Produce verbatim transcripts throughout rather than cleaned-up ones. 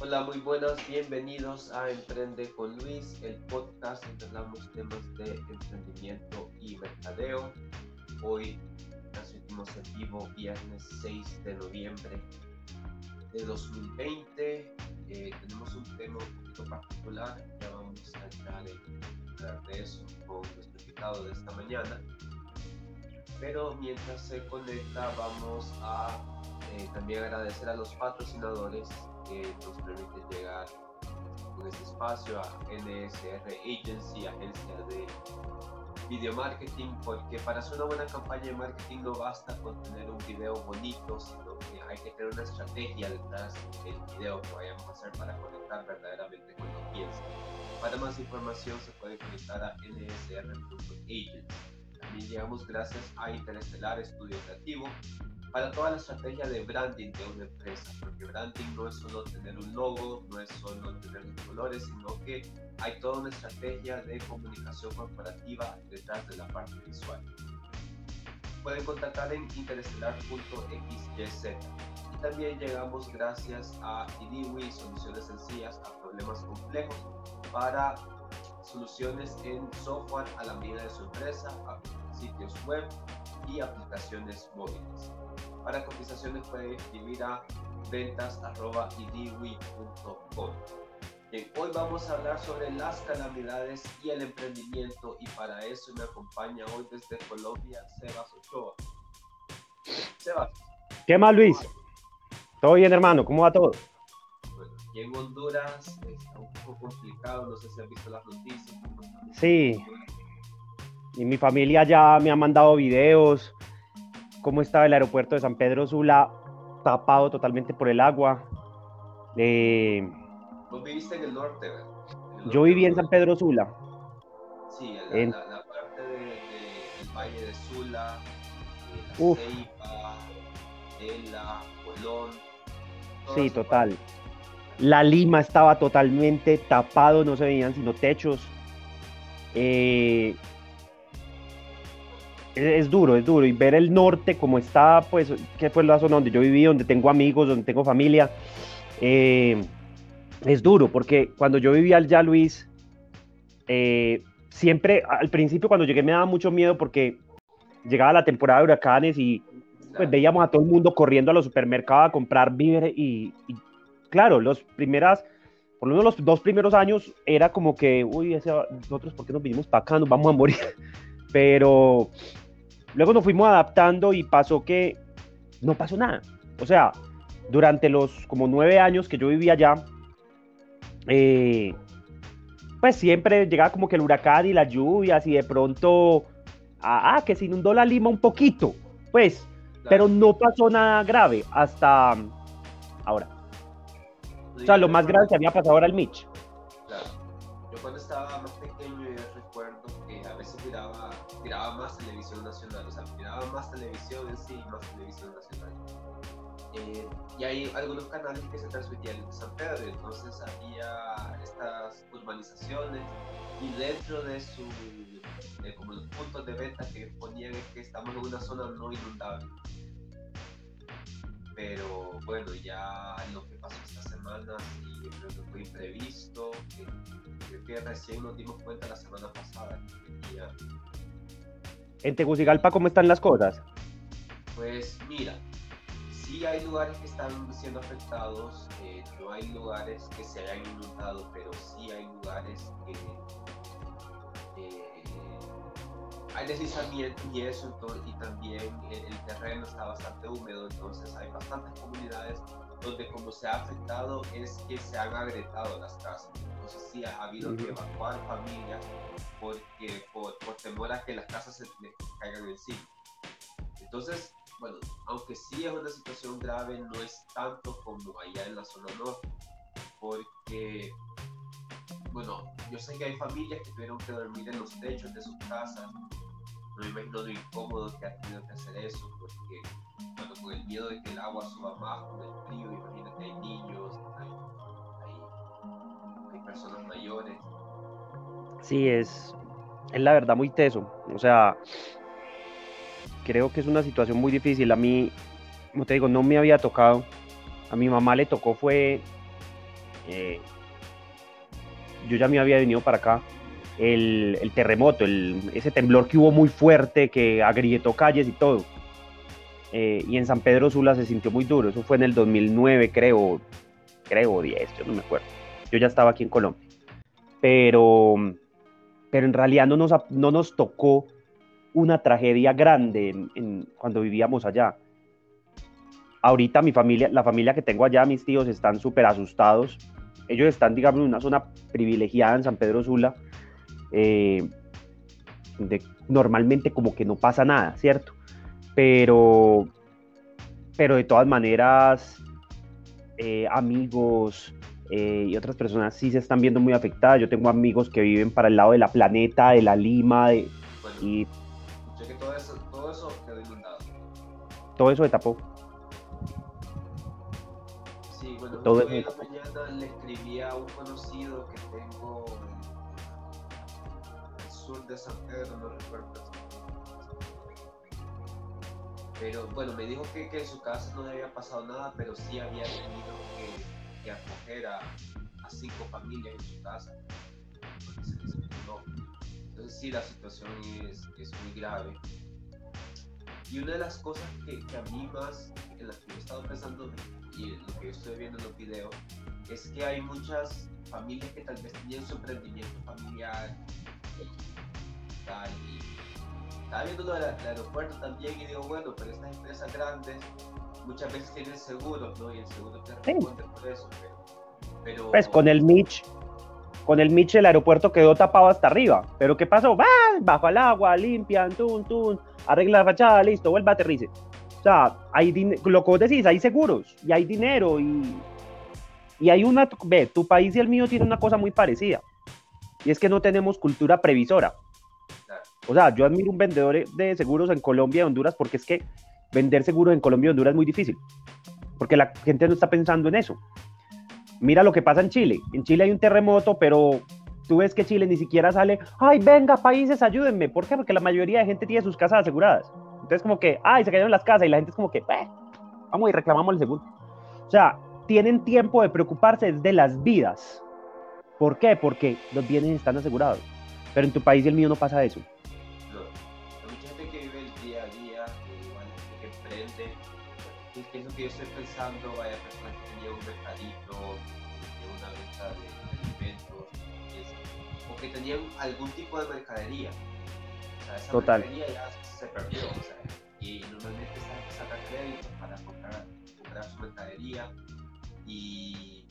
Hola, muy buenas, bienvenidos a Emprende con Luis, el podcast donde hablamos temas de emprendimiento y mercadeo. Hoy transmitimos en vivo viernes seis de noviembre de dos mil veinte. Eh, tenemos un tema un poquito particular, ya vamos a entrar en hablar de eso con nuestro invitado de esta mañana. Pero mientras se conecta, vamos a eh, también agradecer a los patrocinadores que nos permiten llegar con este espacio, a N S R Agency, agencia de video marketing, porque para hacer una buena campaña de marketing no basta con tener un video bonito, sino que hay que tener una estrategia detrás del video que vayamos a hacer para conectar verdaderamente con la audiencia. Para más información se puede conectar a N S R punto agency. También llegamos gracias a Interestelar Estudio Creativo para toda la estrategia de branding de una empresa, porque branding no es solo tener un logo, no es solo tener los colores, sino que hay toda una estrategia de comunicación corporativa detrás de la parte visual. Pueden contactar en interestelar punto xyz. Y también llegamos gracias a Idiwi, soluciones sencillas a problemas complejos para soluciones en software a la medida de su empresa, sitios web y aplicaciones móviles. Para cotizaciones pueden escribir a ventas arroba idiwi punto com. Bien, hoy vamos a hablar sobre las calamidades y el emprendimiento, y para eso me acompaña hoy desde Colombia Sebas Ochoa. Sebas. ¿Qué más, Luis? ¿Todo bien, hermano? ¿Cómo va todo? Bueno, aquí en Honduras está un poco complicado, no sé si has visto las noticias. Sí, y mi familia ya me ha mandado videos, cómo estaba el aeropuerto de San Pedro Sula tapado totalmente por el agua. Eh, Vos viviste en el norte, ¿verdad? En el yo norte viví en San Pedro Sula. Sí, la, En, la, la parte de, de, del Valle de Sula, eh, La uf, Ceiba, Tela, Colón. sí, total. Parte. La Lima estaba totalmente tapado, no se veían sino techos. Eh, es, es duro, es duro. Y ver el norte como está, pues, que fue la zona donde yo viví, donde tengo amigos, donde tengo familia, eh, es duro, porque cuando yo vivía allá, Luis, eh, siempre, al principio cuando llegué me daba mucho miedo porque llegaba la temporada de huracanes y pues veíamos a todo el mundo corriendo a los supermercados a comprar víveres y, y claro, los primeras, por lo menos los dos primeros años era como que, uy, ese, nosotros por qué nos vinimos para acá, nos vamos a morir, pero luego nos fuimos adaptando y pasó que no pasó nada, o sea, durante los como nueve años que yo vivía allá, eh, pues siempre llegaba como que el huracán y las lluvias y de pronto, ah, ah que se inundó la Lima un poquito, pues, claro. Pero no pasó nada grave hasta ahora. O sea, lo más grave que había pasado era el Mitch. Claro. Yo cuando estaba más pequeño yo recuerdo que a veces miraba, miraba más televisión nacional, o sea, miraba más televisión en sí, más televisión nacional. Eh, y hay algunos canales que se transmitían en San Pedro, entonces había estas urbanizaciones y dentro de su de como los puntos de venta que ponían es que estamos en una zona no inundable. Pero bueno, ya lo que pasó esta semana sí, creo que fue imprevisto, que, creo que recién nos dimos cuenta la semana pasada que ya... ¿En Tegucigalpa cómo están las cosas? Pues mira, sí hay lugares que están siendo afectados, eh, no hay lugares que se hayan inundado, pero sí hay lugares que eh, hay deslizamiento y eso, entonces, y también el, el terreno está bastante húmedo, entonces hay bastantes comunidades donde como se ha afectado es que se han agrietado las casas, entonces sí ha habido uh-huh. que evacuar familias porque, por, por temor a que las casas se les caigan encima. Entonces, bueno, aunque sí es una situación grave, no es tanto como allá en la zona norte, porque, bueno, yo sé que hay familias que tuvieron que dormir en los techos de sus casas, no me imagino lo incómodo que ha tenido que hacer eso, porque, bueno, con el miedo de que el agua suba más, con el frío, imagínate, hay niños, hay, hay, hay personas mayores. Sí, es, es la verdad muy teso, o sea... Creo que es una situación muy difícil. A mí, como te digo, no me había tocado. A mi mamá le tocó fue eh, yo ya me había venido para acá. El, el terremoto, el, ese temblor que hubo muy fuerte, que agrietó calles y todo. Eh, y en San Pedro Sula se sintió muy duro. Eso fue en el dos mil nueve, creo, creo, diez, yo no me acuerdo. Yo ya estaba aquí en Colombia. Pero, pero en realidad no nos, no nos tocó una tragedia grande en, en, cuando vivíamos allá. Ahorita mi familia, la familia que tengo allá, mis tíos están súper asustados. Ellos están, digamos, en una zona privilegiada en San Pedro Sula, eh, de, normalmente como que no pasa nada, ¿cierto? Pero, pero de todas maneras, eh, amigos eh, y otras personas sí se están viendo muy afectadas. Yo tengo amigos que viven para el lado de la Planeta, de la Lima, de, Bueno, y yo que todo eso, todo eso quedó inundado. todo eso se tapó. Sí, bueno, Todo hoy en eso. la mañana le escribí a un conocido que tengo en el sur de San Pedro, no recuerdo. Pero bueno, me dijo que, que en su casa no le había pasado nada, pero sí había tenido que, que acoger a, a cinco familias en su casa. Porque se les inundó. Entonces sí, la situación es, es muy grave. Y una de las cosas que, que a mí más, en las que yo he estado pensando y lo que yo estoy viendo en los videos, es que hay muchas familias que tal vez tenían su emprendimiento familiar y tal. Y estaba viendo lo del aeropuerto también y digo, bueno, pero estas empresas grandes muchas veces tienen seguros, ¿no? Y el seguro te responde sí. por eso. Pero, pero... Pues con el Mitch. Con el Mitch el aeropuerto quedó tapado hasta arriba. ¿Pero qué pasó? ¡Bah! Bajo el agua, limpian, tun, tun, arregla la fachada, listo, vuelve a aterrice. O sea, hay din- lo que vos decís, hay seguros y hay dinero y, y hay una... Ve, tu país y el mío tienen una cosa muy parecida. Y es que no tenemos cultura previsora. O sea, yo admiro un vendedor de seguros en Colombia y Honduras porque es que vender seguros en Colombia y Honduras es muy difícil. Porque la gente no está pensando en eso. Mira lo que pasa en Chile. En Chile hay un terremoto, pero tú ves que Chile ni siquiera sale, ay, venga, países, ayúdenme. ¿Por qué? Porque la mayoría de gente tiene sus casas aseguradas. Entonces como que, ay, se cayeron las casas y la gente es como que, eh, vamos y reclamamos el seguro. O sea, tienen tiempo de preocuparse de las vidas. ¿Por qué? Porque los bienes están asegurados. Pero en tu país y el mío no pasa eso. No, hay mucha gente que vive el día a día, igual gente que emprende. Es que es lo que yo estoy pensando, vaya personas que tenían un mercadito, una venta de alimentos, o que tenían algún tipo de mercadería. O sea, esa Total. mercadería ya se perdió, o sea, y normalmente sacan créditos para comprar, comprar su mercadería. Y,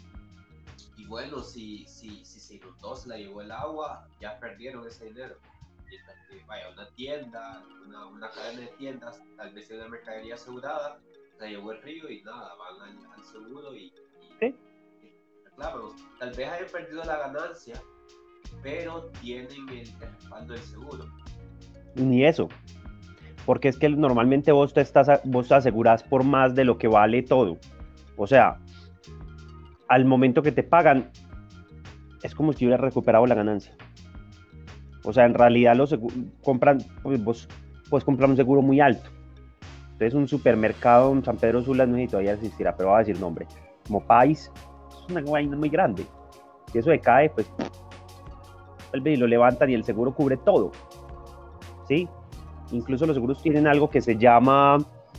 y bueno, si, si, si se inundó, se la llevó el agua, ya perdieron ese dinero. Mientras que vaya una tienda, una, una cadena de tiendas, tal vez tiene una mercadería asegurada, la llevó el río y nada, van al, al seguro y, y ¿Sí? reclaman. Tal vez hayan perdido la ganancia, pero tienen el, el respaldo del seguro. Ni eso. Porque es que normalmente vos te estás, vos te asegurás por más de lo que vale todo. O sea, al momento que te pagan, es como si hubieras recuperado la ganancia. O sea, en realidad los compran, pues vos puedes comprar un seguro muy alto. Entonces un supermercado en San Pedro Sula, no sé si todavía existirá, pero voy a decir nombre, como Pais, es una vaina muy grande. Si eso decae, pues vuelve y lo levantan y el seguro cubre todo. ¿Sí? Incluso los seguros tienen algo que se llama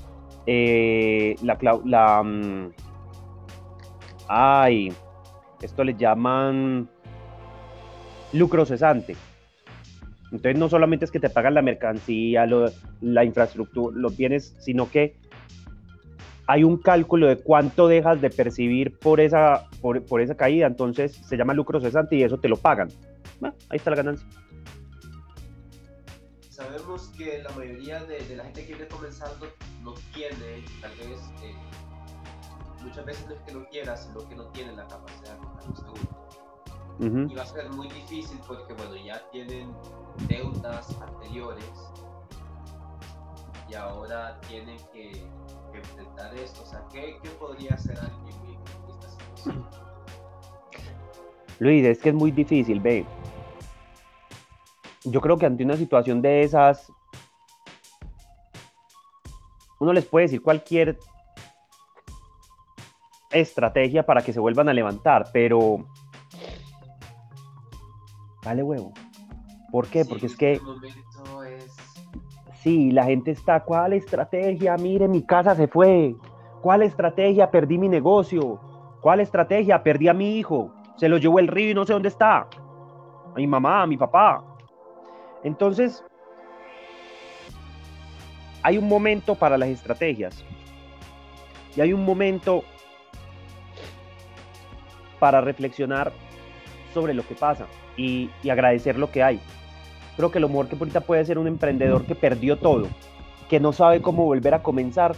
eh, la, la um, ay, esto le llaman lucro cesante. Entonces no solamente es que te pagan la mercancía, lo, la infraestructura, los bienes, sino que hay un cálculo de cuánto dejas de percibir por esa, por, por esa caída. Entonces se llama lucro cesante y eso te lo pagan. Bueno, ahí está la ganancia. Sabemos que la mayoría de, de la gente que viene comenzando no tiene, tal vez, eh, muchas veces no es que no quiera, sino que no tiene la capacidad de comprar un seguro. Uh-huh. Y va a ser muy difícil porque, bueno, ya tienen deudas anteriores y ahora tienen que, que enfrentar esto. O sea, ¿qué, qué podría hacer alguien en esta situación? Luis, es que es muy difícil, ve. Yo creo que ante una situación de esas, uno les puede decir cualquier estrategia para que se vuelvan a levantar, pero vale huevo. ¿Por qué? Sí, Porque es este que momento es... sí, la gente está, ¿cuál estrategia? Mire, mi casa se fue. ¿Cuál estrategia? Perdí mi negocio. ¿Cuál estrategia? Perdí a mi hijo. Se lo llevó el río y no sé dónde está. A mi mamá, a mi papá. Entonces, hay un momento para las estrategias. Y hay un momento para reflexionar sobre lo que pasa y, y agradecer lo que hay. Creo que lo mejor que ahorita puede ser un emprendedor que perdió todo, que no sabe cómo volver a comenzar,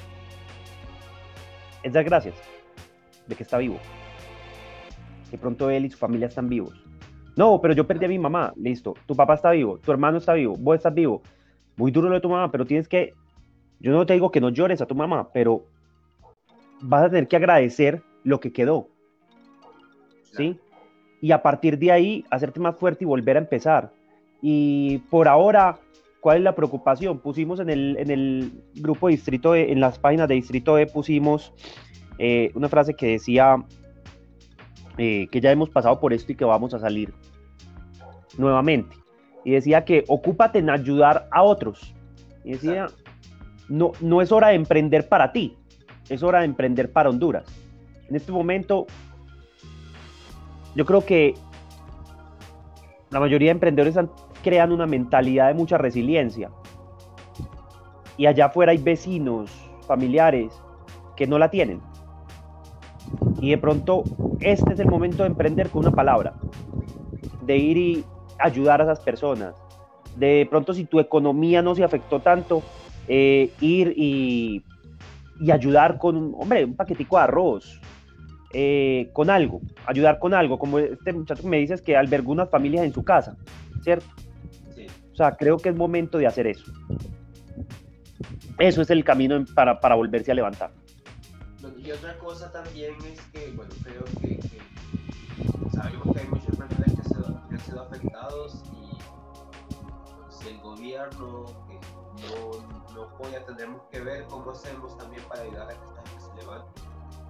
es dar gracias de que está vivo. Que pronto él y su familia están vivos. No, pero yo perdí a mi mamá, listo. Tu papá está vivo, tu hermano está vivo, vos estás vivo. Muy duro lo de tu mamá, pero tienes que... Yo no te digo que no llores a tu mamá, pero vas a tener que agradecer lo que quedó. ¿Sí? Y a partir de ahí, hacerte más fuerte y volver a empezar. Y por ahora, ¿cuál es la preocupación? Pusimos en el, en el grupo Distrito E, en las páginas de Distrito E, pusimos eh, una frase que decía eh, que ya hemos pasado por esto y que vamos a salir nuevamente. Y decía que ocúpate en ayudar a otros. Y decía, no, no es hora de emprender para ti, es hora de emprender para Honduras. En este momento, yo creo que la mayoría de emprendedores han, crean una mentalidad de mucha resiliencia. Y allá afuera hay vecinos, familiares, que no la tienen. Y de pronto, este es el momento de emprender con una palabra. De ir y ayudar a esas personas. De pronto, si tu economía no se afectó tanto, eh, ir y, y ayudar con, hombre, un paquetico de arroz, eh, con algo, ayudar con algo, como este muchacho que me dices que albergó unas familias en su casa, ¿cierto? Sí. O sea, creo que es momento de hacer eso. Eso es el camino para, para volverse a levantar. Y otra cosa también es que, bueno, creo que, que sabemos que hay muchos emprendedores que, se, que han sido afectados y bueno, si el gobierno que no, no apoya, tendremos que ver cómo hacemos también para ayudar a que esta gente se levante.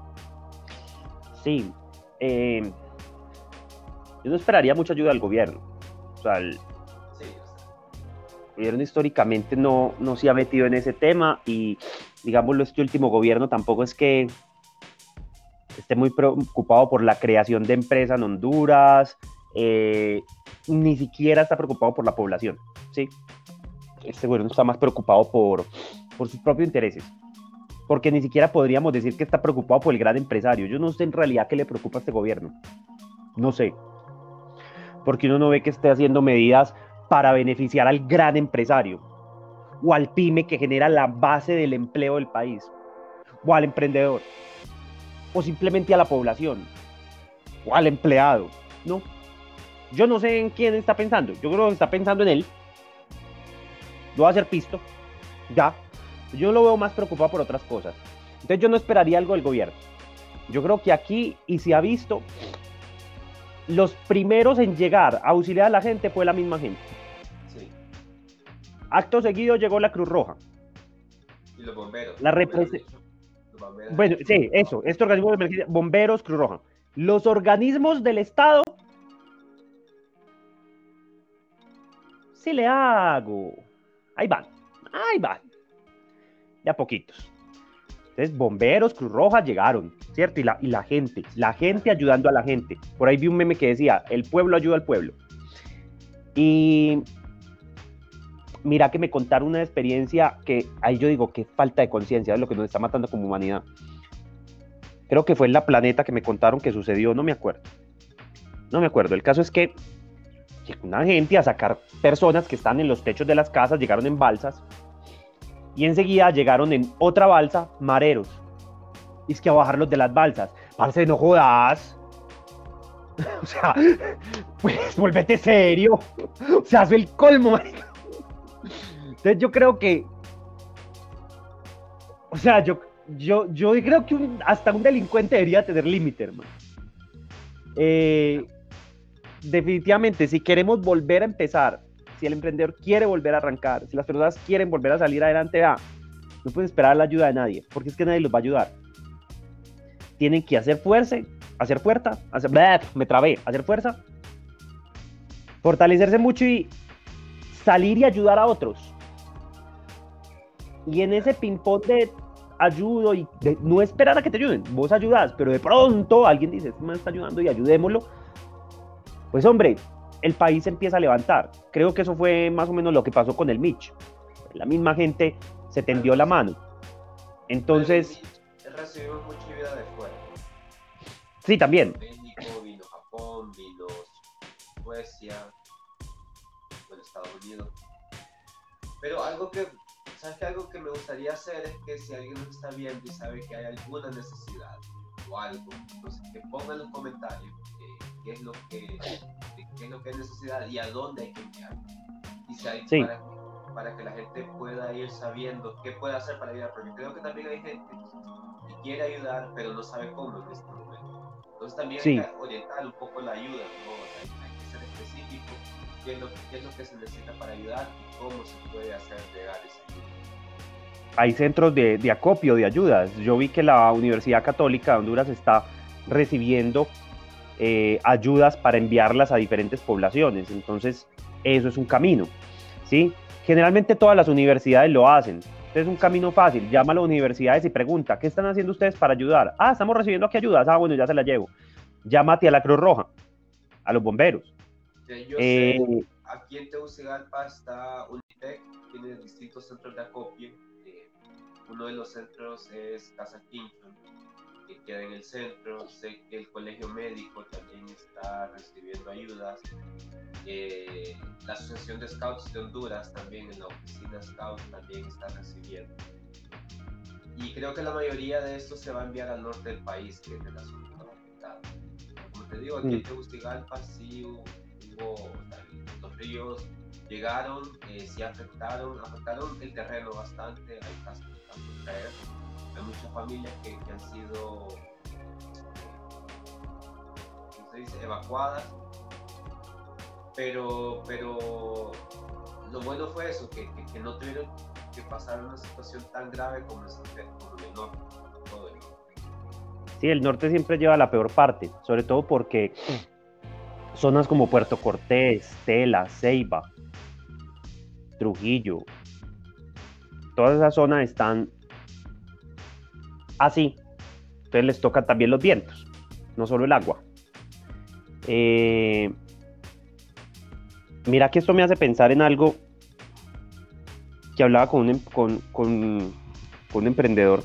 Sí, eh, yo no esperaría mucha ayuda del gobierno. O sea, el, sí, el gobierno históricamente no, no se ha metido en ese tema y, digámoslo, este último gobierno tampoco es que esté muy preocupado por la creación de empresas en Honduras, eh, ni siquiera está preocupado por la población, ¿sí? Este gobierno está más preocupado por, por sus propios intereses, porque ni siquiera podríamos decir que está preocupado por el gran empresario. Yo no sé en realidad qué le preocupa a este gobierno, no sé, porque uno no ve que esté haciendo medidas para beneficiar al gran empresario, o al pyme que genera la base del empleo del país, o al emprendedor, o simplemente a la población, o al empleado, ¿no? Yo no sé en quién está pensando, yo creo que está pensando en él, lo va a hacer pisto, ya. Yo lo veo más preocupado por otras cosas. Entonces yo no esperaría algo del gobierno. Yo creo que aquí, y se ha visto, los primeros en llegar a auxiliar a la gente fue la misma gente. Sí. Acto seguido llegó la Cruz Roja. Y los bomberos. La los bomberos, repres- los bomberos bueno, sí, eso, este organismo de emergencia, bomberos, Cruz Roja. Los organismos del Estado, sí le hago. Ahí van, ahí van. De a poquitos. Entonces, bomberos, Cruz Roja llegaron, ¿cierto? Y la, y la gente, la gente ayudando a la gente. Por ahí vi un meme que decía, el pueblo ayuda al pueblo. Y mira que me contaron una experiencia que ahí yo digo, qué falta de conciencia, es lo que nos está matando como humanidad. Creo que fue en La Planeta que me contaron que sucedió, no me acuerdo. No me acuerdo. El caso es que llegó una gente a sacar personas que están en los techos de las casas, llegaron en balsas, y enseguida llegaron en otra balsa mareros. Y es que a bajarlos de las balsas. Parce, no jodas. O sea, pues volvete serio. O sea, hace el colmo, marica. Entonces yo creo que, o sea, yo, yo, yo creo que un, hasta un delincuente debería tener límite, hermano. Eh, definitivamente, si queremos volver a empezar, si el emprendedor quiere volver a arrancar, si las personas quieren volver a salir adelante, ah, no pueden esperar la ayuda de nadie, porque es que nadie los va a ayudar. tienen que hacer fuerza, hacer fuerza, hacer, bleh, me trabé, hacer fuerza, fortalecerse mucho y salir y ayudar a otros. Y en ese ping-pong de ayudo y de no esperar a que te ayuden, vos ayudás, pero de pronto alguien dice, este me está ayudando y ayudémoslo, pues hombre, el país se empieza a levantar. Creo que eso fue más o menos lo que pasó con el Mitch. La misma gente se tendió la mano. Entonces... recibimos mucha ayuda de fuera. Sí, también. México, vino Japón, vino Suecia, bueno, Estados Unidos. Pero algo que, ¿sabes qué? Algo que me gustaría hacer es que si alguien nos está viendo y sabe que hay alguna necesidad o algo, entonces que ponga en los comentarios eh, qué es lo que qué es lo que es necesidad y a dónde hay que enviar. Y si hay, sí. para, para que la gente pueda ir sabiendo qué puede hacer para ayudar, porque creo que también hay gente que quiere ayudar pero no sabe cómo en este momento. Entonces también Sí. hay que orientar un poco la ayuda, ¿no? O sea, hay que ser específico qué es, lo, qué es lo que se necesita para ayudar y cómo se puede hacer llegar esa ayuda. Hay centros de, de acopio de ayudas. Yo vi que la Universidad Católica de Honduras está recibiendo eh, ayudas para enviarlas a diferentes poblaciones. Entonces, eso es un camino, ¿sí? Generalmente todas las universidades lo hacen. Este es un camino fácil. Llama a las universidades y pregunta, ¿qué están haciendo ustedes para ayudar? Ah, estamos recibiendo aquí ayudas. Ah, bueno, ya se las llevo. Llámate a la Cruz Roja, a los bomberos. Yo eh, sé, aquí en Tegucigalpa está Unitec, tiene distintos centros de acopio. Eh, uno de los centros es Casa Quinton, que queda en el centro. Sé que el Colegio Médico también está recibiendo ayudas. Eh, la Asociación de Scouts de Honduras también, en la oficina Scout, también está recibiendo. Y creo que la mayoría de esto se va a enviar al norte del país, que es de la zona afectada. Como te digo, aquí mm. en Tegucigalpa sí hubo, hubo los ríos llegaron, eh, sí afectaron, afectaron el terreno bastante, hay casas que están por caer, hay muchas familias que, que han sido ¿cómo se dice? evacuadas, pero, pero lo bueno fue eso, que, que, que no tuvieron que pasar una situación tan grave como el, como el norte, todo el norte. Sí, el norte siempre lleva la peor parte, sobre todo porque zonas como Puerto Cortés, Tela, Ceiba, Trujillo, todas esas zonas están así, entonces les tocan también los vientos, no solo el agua. Eh, mira que esto me hace pensar en algo que hablaba con un, con, con, con un emprendedor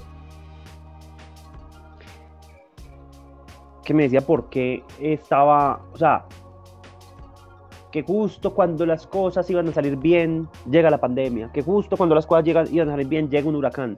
que me decía por qué estaba, o sea, que justo cuando las cosas iban a salir bien, llega la pandemia, que justo cuando las cosas llegan, iban a salir bien, llega un huracán.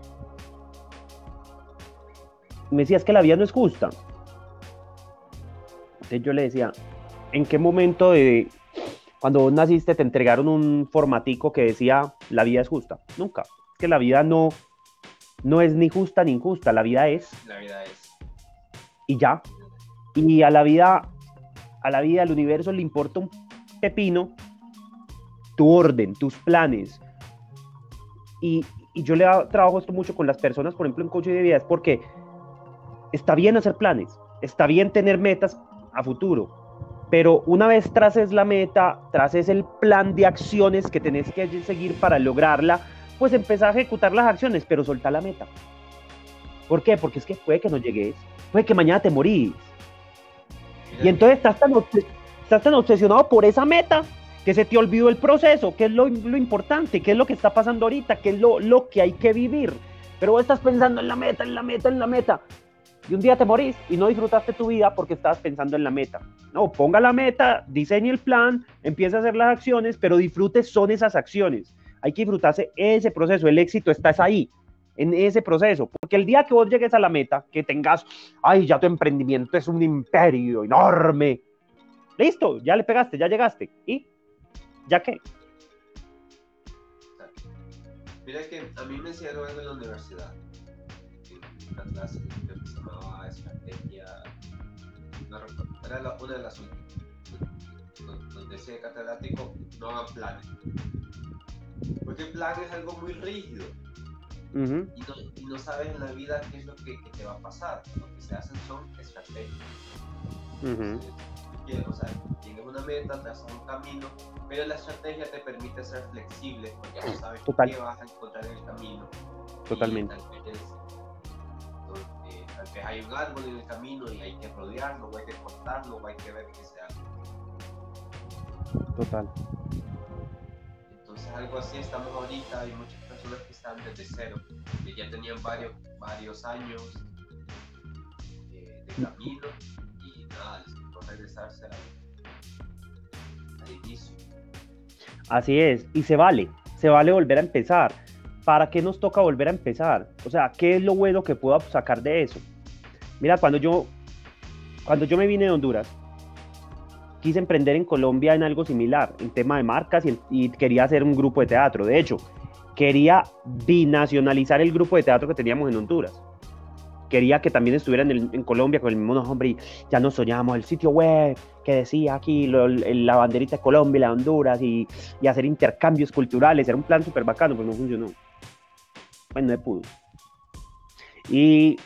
Me decía, es que la vida no es justa. Entonces yo le decía, ¿en qué momento de cuando vos naciste te entregaron un formatico que decía, la vida es justa? Nunca. Es que la vida no, no es ni justa ni injusta, la vida es. La vida es. Y ya. Y a la vida, a la vida, al universo le importa un pepino tu orden, tus planes. Y, y yo le trabajo esto mucho con las personas, por ejemplo, en coaching de vida, es porque está bien hacer planes, está bien tener metas a futuro, pero una vez traces la meta, traces el plan de acciones que tenés que seguir para lograrla, pues empezar a ejecutar las acciones, pero soltá la meta. ¿Por qué? Porque es que puede que no llegues, puede que mañana te morís. Y entonces estás tan, estás tan obsesionado por esa meta que se te olvidó el proceso, qué es lo, lo importante, qué es lo que está pasando ahorita, qué es lo, lo que hay que vivir. Pero vos estás pensando en la meta, en la meta, en la meta. Y un día te morís y no disfrutaste tu vida porque estabas pensando en la meta. No, ponga la meta, diseñe el plan, empieza a hacer las acciones, pero disfrute son esas acciones. Hay que disfrutarse ese proceso, el éxito está ahí, en ese proceso. Porque el día que vos llegues a la meta, que tengas, ay, ya tu emprendimiento es un imperio enorme. Listo, ya le pegaste, ya llegaste. ¿Y ya qué? Mira que a mí me enseñaron algo en la universidad. En una clase que se llamaba estrategia, no recuerdo, era la, una de las últimas, donde decía catedrático, no hagan planes. Porque el plan es algo muy rígido. Uh-huh. y, no, y no sabes en la vida qué es lo que, que te va a pasar. Lo que se hacen son estrategias. Uh-huh. Entonces, o sea, tienes una meta, trazas un camino, pero la estrategia te permite ser flexible porque no sabes Total. qué vas a encontrar en el camino. Totalmente. Y tal vez, eh, tal vez hay un árbol en el camino y hay que rodearlo, o hay que cortarlo, o hay que ver qué se hace. Total. Entonces algo así estamos ahorita. Hay muchas personas que están desde cero, que ya tenían varios, varios años eh, de camino y nada, les tocó regresarse al, al inicio. Así es, y se vale, se vale volver a empezar. ¿Para qué nos toca volver a empezar? O sea, ¿qué es lo bueno que puedo sacar de eso? Mira, cuando yo, cuando yo me vine de Honduras, quise emprender en Colombia en algo similar, en tema de marcas, y, y quería hacer un grupo de teatro. De hecho, quería binacionalizar el grupo de teatro que teníamos en Honduras. Quería que también estuviera en, el, en Colombia con el mismo nombre, y ya nos soñábamos el sitio web que decía aquí lo, la banderita de Colombia y la de Honduras, y, y hacer intercambios culturales. Era un plan súper bacano, pero no funcionó. Bueno, no pudo. Y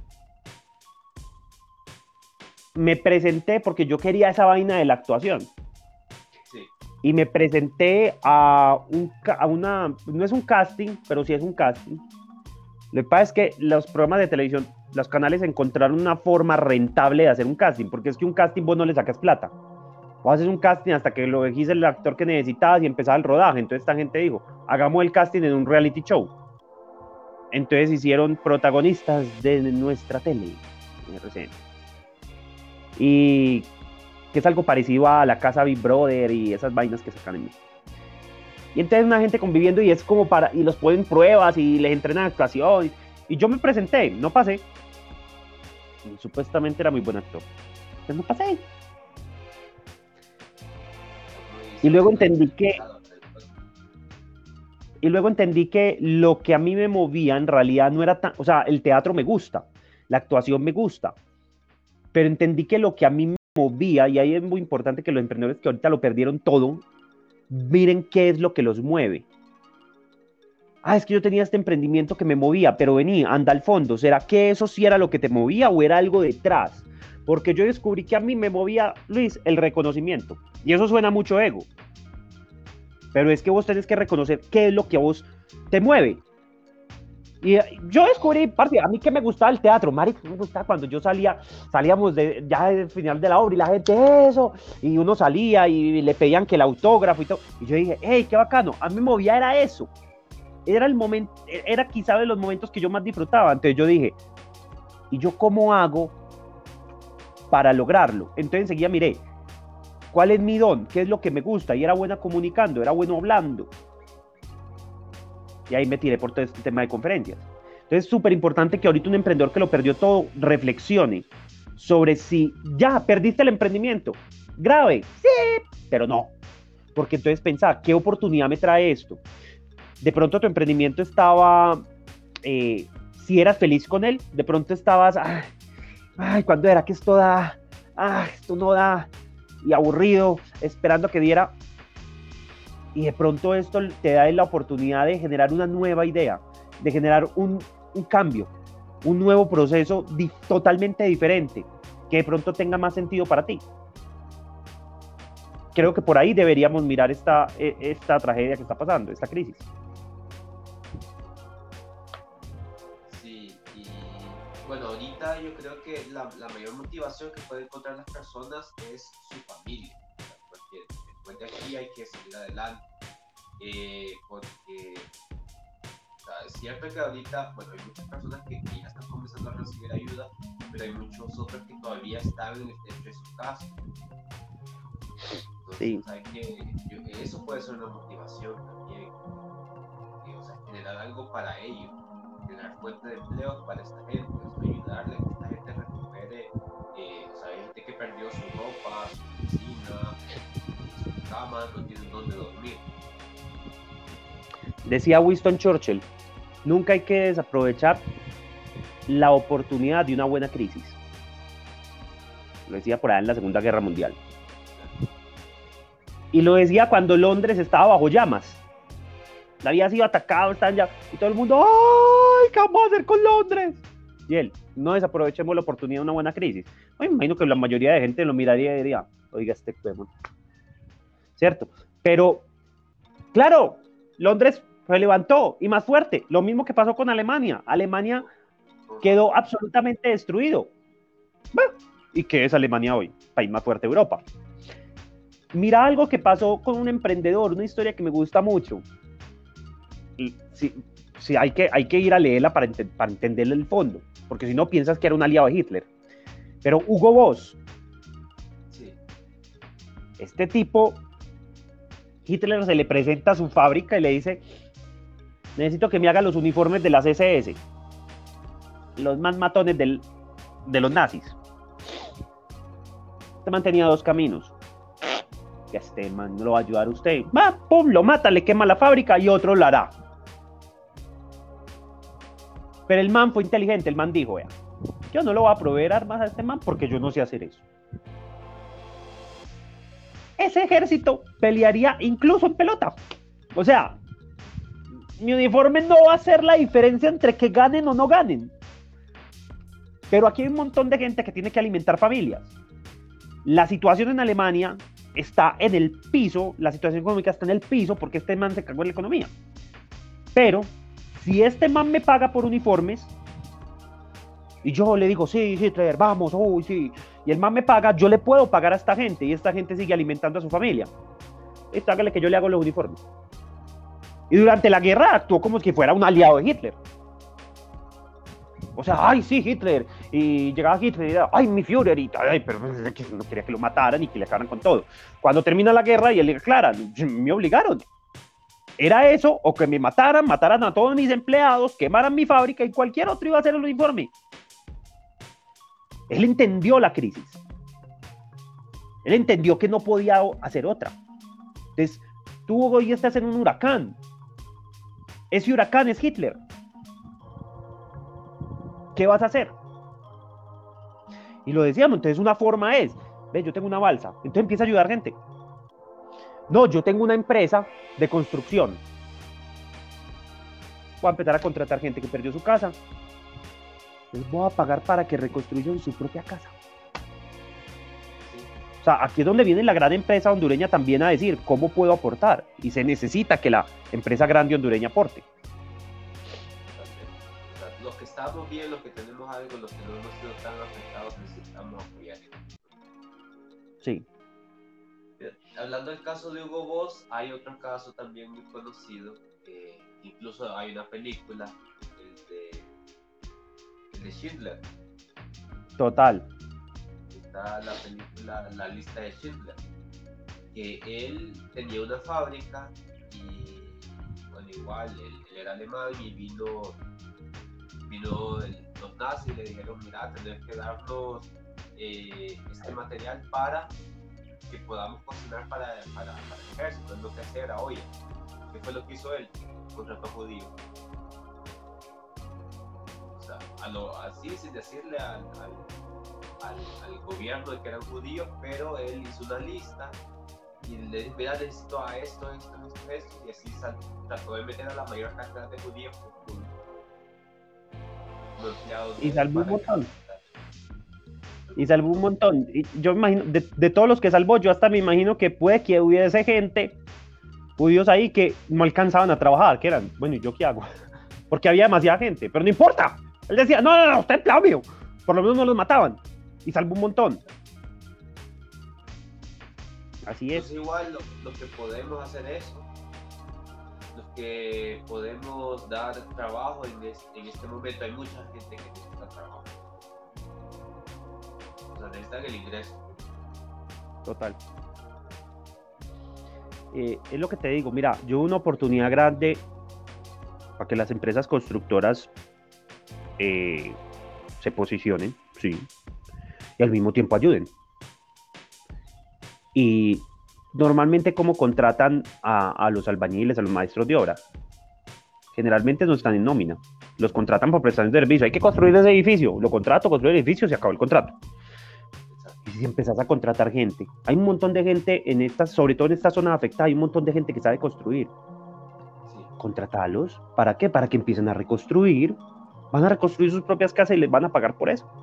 me presenté porque yo quería esa vaina de la actuación. Sí. Y me presenté a, un, a una, no es un casting, pero sí es un casting. Lo que pasa es que los programas de televisión, los canales encontraron una forma rentable de hacer un casting, porque es que un casting vos no le sacas plata. Vos haces un casting hasta que lo elegís el actor que necesitabas y empezaba el rodaje. Entonces esta gente dijo, hagamos el casting en un reality show. Entonces hicieron protagonistas de nuestra tele, R C N. Y que es algo parecido a la casa Big Brother y esas vainas que sacan en mí. Y entonces una gente conviviendo y es como para, y los ponen pruebas y les entrenan actuación. Y, y yo me presenté, no pasé. Y supuestamente era muy buen actor. Entonces no pasé. Y luego entendí que... Y luego entendí que lo que a mí me movía en realidad no era tan... O sea, el teatro me gusta, la actuación me gusta, pero entendí que lo que a mí me movía, y ahí es muy importante que los emprendedores que ahorita lo perdieron todo, miren qué es lo que los mueve. Ah, es que yo tenía este emprendimiento que me movía, pero vení, anda al fondo. ¿Será que eso sí era lo que te movía o era algo detrás? Porque yo descubrí que a mí me movía, Luis, el reconocimiento. Y eso suena mucho ego. Pero es que vos tenés que reconocer qué es lo que a vos te mueve. Y yo descubrí, parte, a mí que me gustaba el teatro, marica, me gustaba cuando yo salía, salíamos de, ya al final de la obra y la gente, eso, y uno salía y le pedían que el autógrafo y todo. Y yo dije, hey, qué bacano, a mí me movía era eso. Era el momento, era quizá de los momentos que yo más disfrutaba. Entonces yo dije, ¿y yo cómo hago para lograrlo? Entonces enseguida miré, ¿cuál es mi don? ¿Qué es lo que me gusta? Y era buena comunicando, era bueno hablando. Y ahí me tiré por todo este tema de conferencias. Entonces es súper importante que ahorita un emprendedor que lo perdió todo reflexione sobre si ya perdiste el emprendimiento. Grave, sí, pero no. Porque entonces pensá, ¿qué oportunidad me trae esto? De pronto tu emprendimiento estaba, eh, si eras feliz con él, de pronto estabas, ay, ay, ¿cuándo era que esto da? Ay, esto no da. Y aburrido, esperando que diera. Y de pronto esto te da la oportunidad de generar una nueva idea, de generar un, un cambio, un nuevo proceso di- totalmente diferente, que de pronto tenga más sentido para ti. Creo que por ahí deberíamos mirar esta, esta tragedia que está pasando, esta crisis. Sí, y bueno, ahorita yo creo que la, la mayor motivación que pueden encontrar las personas es su familia. Porque después de aquí hay que salir adelante. Eh, porque o sea, es cierto que ahorita, bueno, hay muchas personas que, que ya están comenzando a recibir ayuda, pero hay muchos otros que todavía están en el techo de su casa. Entonces, Sí. ¿sabes qué? Yo, eso puede ser una motivación también. Eh, o sea, generar algo para ellos, generar fuentes de empleo para esta gente, o sea, ayudarle a que esta gente recupere. Eh, o sea, hay gente que perdió su ropa, su oficina, su cama, no tienen dónde dormir. Decía Winston Churchill, nunca hay que desaprovechar la oportunidad de una buena crisis. Lo decía por allá en la Segunda Guerra Mundial. Y lo decía cuando Londres estaba bajo llamas. Había sido atacado, estaban ya, y todo el mundo, ¿qué vamos a hacer con Londres? Y él, no desaprovechemos la oportunidad de una buena crisis. Me imagino que la mayoría de gente lo miraría y diría, oiga, este huevón. ¿Cierto? Pero, claro, Londres se levantó y más fuerte. Lo mismo que pasó con Alemania. Alemania quedó absolutamente destruido. Bueno, ¿y qué es Alemania hoy? País más fuerte de Europa. Mira algo que pasó con un emprendedor, una historia que me gusta mucho. Y sí, sí, hay que, hay que ir a leerla para, ent para entender el fondo, porque si no piensas que era un aliado de Hitler. Pero Hugo Boss, sí. Este tipo, Hitler se le presenta a su fábrica y le dice, necesito que me haga los uniformes de las ese ese, los más matones del, de los nazis. Este man tenía dos caminos. Que este man no lo va a ayudar a usted. Va, pum, lo mata, le quema la fábrica y otro lo hará. Pero el man fue inteligente, el man dijo, vea, yo no lo voy a proveer armas a este man porque yo no sé hacer eso. Ese ejército pelearía incluso en pelota. O sea, mi uniforme no va a hacer la diferencia entre que ganen o no ganen. Pero aquí hay un montón de gente que tiene que alimentar familias. La situación en Alemania está en el piso, la situación económica está en el piso porque este man se cagó en la economía. Pero si este man me paga por uniformes y yo le digo, sí, sí, traer, vamos, uy, sí, y el man me paga, yo le puedo pagar a esta gente y esta gente sigue alimentando a su familia. Esto hágale que yo le hago los uniformes. Y durante la guerra actuó como si fuera un aliado de Hitler. O sea, ay, sí, Hitler. Y llegaba Hitler y decía, ay, mi Führer. Y ay, pero no quería que lo mataran y que le acabaran con todo. Cuando termina la guerra y él le aclara, me obligaron. Era eso, o que me mataran, mataran a todos mis empleados, quemaran mi fábrica y cualquier otro iba a hacer el uniforme. Él entendió la crisis. Él entendió que no podía hacer otra. Entonces, tú hoy estás en un huracán. Ese huracán es Hitler. ¿Qué vas a hacer? Y lo decíamos, entonces una forma es, ve, yo tengo una balsa, entonces empieza a ayudar gente. No, yo tengo una empresa de construcción. Voy a empezar a contratar gente que perdió su casa. Les voy a pagar para que reconstruyan su propia casa. O sea, aquí es donde viene la gran empresa hondureña también a decir, ¿cómo puedo aportar? Y se necesita que la empresa grande hondureña aporte. Los que estamos bien, los que tenemos algo, los que no hemos sido tan afectados, necesitamos apoyar. Sí. Hablando del caso de Hugo Boss, hay otro caso también muy conocido, eh, incluso hay una película, el de, el de Schindler. Total. Está la película La lista de Schindler, que él tenía una fábrica y, bueno, igual, él, él era alemán y vino... vino el, los nazis y le dijeron, mira, tenés que darnos eh, este material para que podamos cocinar para, para, para el ejército, es lo que hacía era, oye, ¿qué fue lo que hizo él? Contrató judíos. O sea, a lo, así sin decirle al, al, al, al gobierno de que eran judíos, pero él hizo una lista y le dijo, mira, necesito a esto, esto, esto, esto, y así sal, trató de meter a la mayor cantidad de judíos con y salvó un montón. Y salvó un montón. Y yo imagino, de, de todos los que salvó, yo hasta me imagino que puede que hubiese gente, judíos ahí, que no alcanzaban a trabajar, que eran, bueno, ¿y yo qué hago? Porque había demasiada gente, pero no importa. Él decía, no, no, no, usted es mío. Por lo menos no los mataban. Y salvó un montón. Así es. Entonces, igual, lo, lo que podemos hacer eso. Los que podemos dar trabajo en este, en este momento, hay mucha gente que necesita trabajo. O sea, necesitan el ingreso. Total. Eh, es lo que te digo, mira, yo una oportunidad grande para que las empresas constructoras eh, se posicionen, sí, y al mismo tiempo ayuden. Y normalmente, ¿cómo contratan a, a los albañiles, a los maestros de obra? Generalmente no están en nómina. Los contratan por prestación de servicio. Hay que construir ese edificio. Lo contrato, construir el edificio, se acabó el contrato. Y si empezás a contratar gente, hay un montón de gente en estas, sobre todo en estas zonas afectadas, hay un montón de gente que sabe construir. Sí. Contratalos. ¿Para qué? Para que empiecen a reconstruir van a reconstruir sus propias casas y les van a pagar por eso.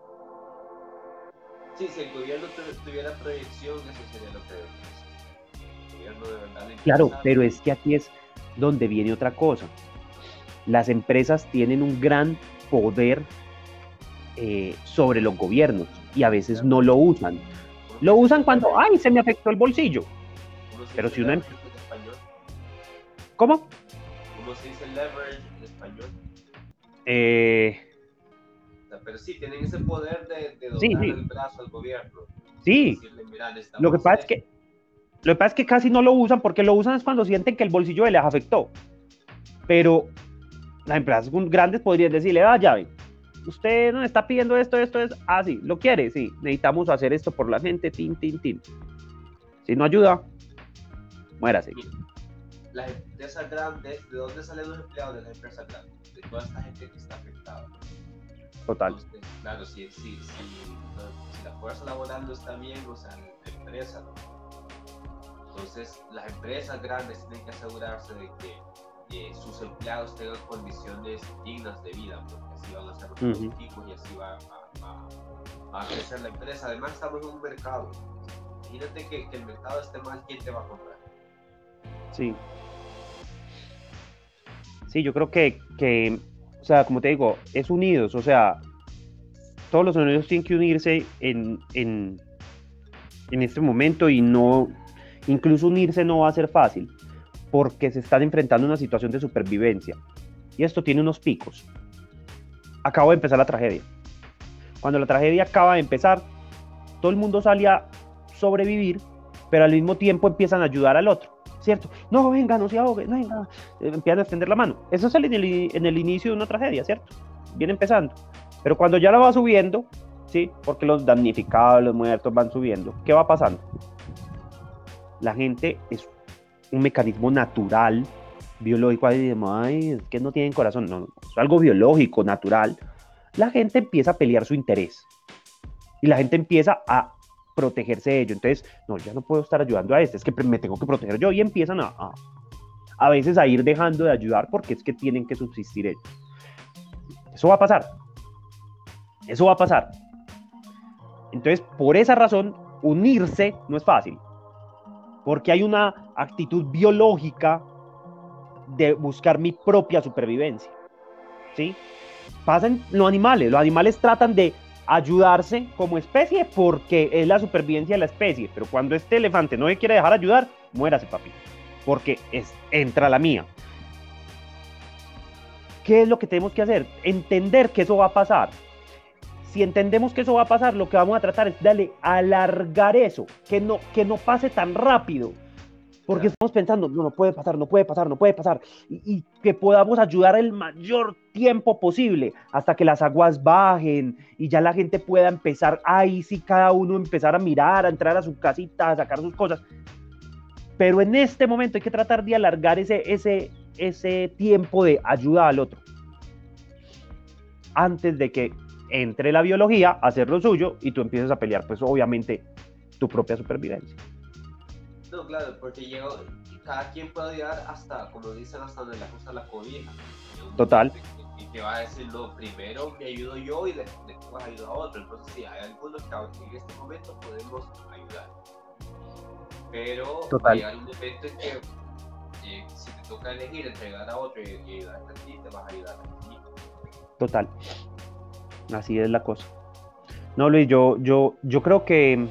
Sí, si el gobierno tuviera proyección, eso sería lo que debe hacer. El gobierno de verdad le Claro, interesa. pero es que aquí es donde viene otra cosa. Las empresas tienen un gran poder eh, sobre los gobiernos y a veces no lo usan. Lo usan cuando, ay, se me afectó el bolsillo. Pero si una empresa... ¿Cómo? ¿Cómo se dice leverage en español? Eh... Pero sí, tienen ese poder de, de doblar sí, sí. el brazo al gobierno. Sí, decirle, lo, que pasa es que, lo que pasa es que casi no lo usan, porque lo usan es cuando sienten que el bolsillo les afectó. Pero las empresas grandes podrían decirle, ah, ya ve, usted nos está pidiendo esto, esto, es, ah, sí, lo quiere, sí, necesitamos hacer esto por la gente, tin, tin, tin. Si no ayuda, muérase. Las empresas grandes, ¿de dónde salen los empleados de las empresas grandes? De toda esta gente que está afectada. Total. Entonces, claro, si, si, si, si la fuerza laboral no está bien, o sea, la empresa no. Entonces, las empresas grandes tienen que asegurarse de que eh, sus empleados tengan condiciones dignas de vida, porque así van a ser los positivos uh-huh. y así va a, a, a crecer la empresa. Además, estamos en un mercado. Imagínate que, que el mercado esté mal, ¿quién te va a comprar? Sí. Sí, yo creo que, que o sea, como te digo, es unidos, o sea, todos los unidos tienen que unirse en, en, en este momento y no, incluso unirse no va a ser fácil, porque se están enfrentando a una situación de supervivencia y esto tiene unos picos. Acaba de empezar la tragedia. Cuando la tragedia acaba de empezar, todo el mundo sale a sobrevivir, pero al mismo tiempo empiezan a ayudar al otro. ¿Cierto? No, venga, no se ahogue, no, venga. Eh, empiezan a extender la mano. Eso es en el, en el inicio de una tragedia, ¿cierto? Viene empezando. Pero cuando ya la va subiendo, ¿sí? Porque los damnificados, los muertos van subiendo, ¿qué va pasando? La gente es un mecanismo natural, biológico. Ay, ay, es que no tienen corazón. No, es algo biológico, natural. La gente empieza a pelear su interés. Y la gente empieza a protegerse de ello. Entonces, no, ya no puedo estar ayudando a este, es que me tengo que proteger yo, y empiezan a, a, a veces a ir dejando de ayudar porque es que tienen que subsistir ellos. Eso va a pasar. Eso va a pasar. Entonces, por esa razón, unirse no es fácil. Porque hay una actitud biológica de buscar mi propia supervivencia. ¿Sí? Pasan los animales. Los animales tratan de ayudarse como especie porque es la supervivencia de la especie, pero cuando este elefante no le quiere dejar ayudar, muérase, papi, porque es, entra la mía. ¿Qué es lo que tenemos que hacer? Entender que eso va a pasar. Si entendemos que eso va a pasar, lo que vamos a tratar es darle, alargar eso, que no, que no pase tan rápido, porque claro. Estamos pensando, no, no puede pasar, no puede pasar, no puede pasar, y, y que podamos ayudar el mayor tiempo posible hasta que las aguas bajen y ya la gente pueda empezar, ahí sí cada uno empezar a mirar, a entrar a su casita, a sacar sus cosas. Pero en este momento hay que tratar de alargar ese, ese, ese tiempo de ayuda al otro antes de que entre la biología a hacer lo suyo y tú empieces a pelear, pues obviamente tu propia supervivencia. No, claro, porque llegó, cada quien puede ayudar hasta, como dicen, hasta donde le ajusta la cobija. Total. Y te va a decir, no, primero me ayudo yo y después vas a ayudar a otro. Entonces sí, hay algunos que en este momento podemos ayudar. Pero Total. Va a llegar un momento en que eh, si te toca elegir entre ayudar a otro y, y ayudarte a ti, te vas a ayudar a ti. Total. Así es la cosa. No, Luis, yo, yo, yo creo que...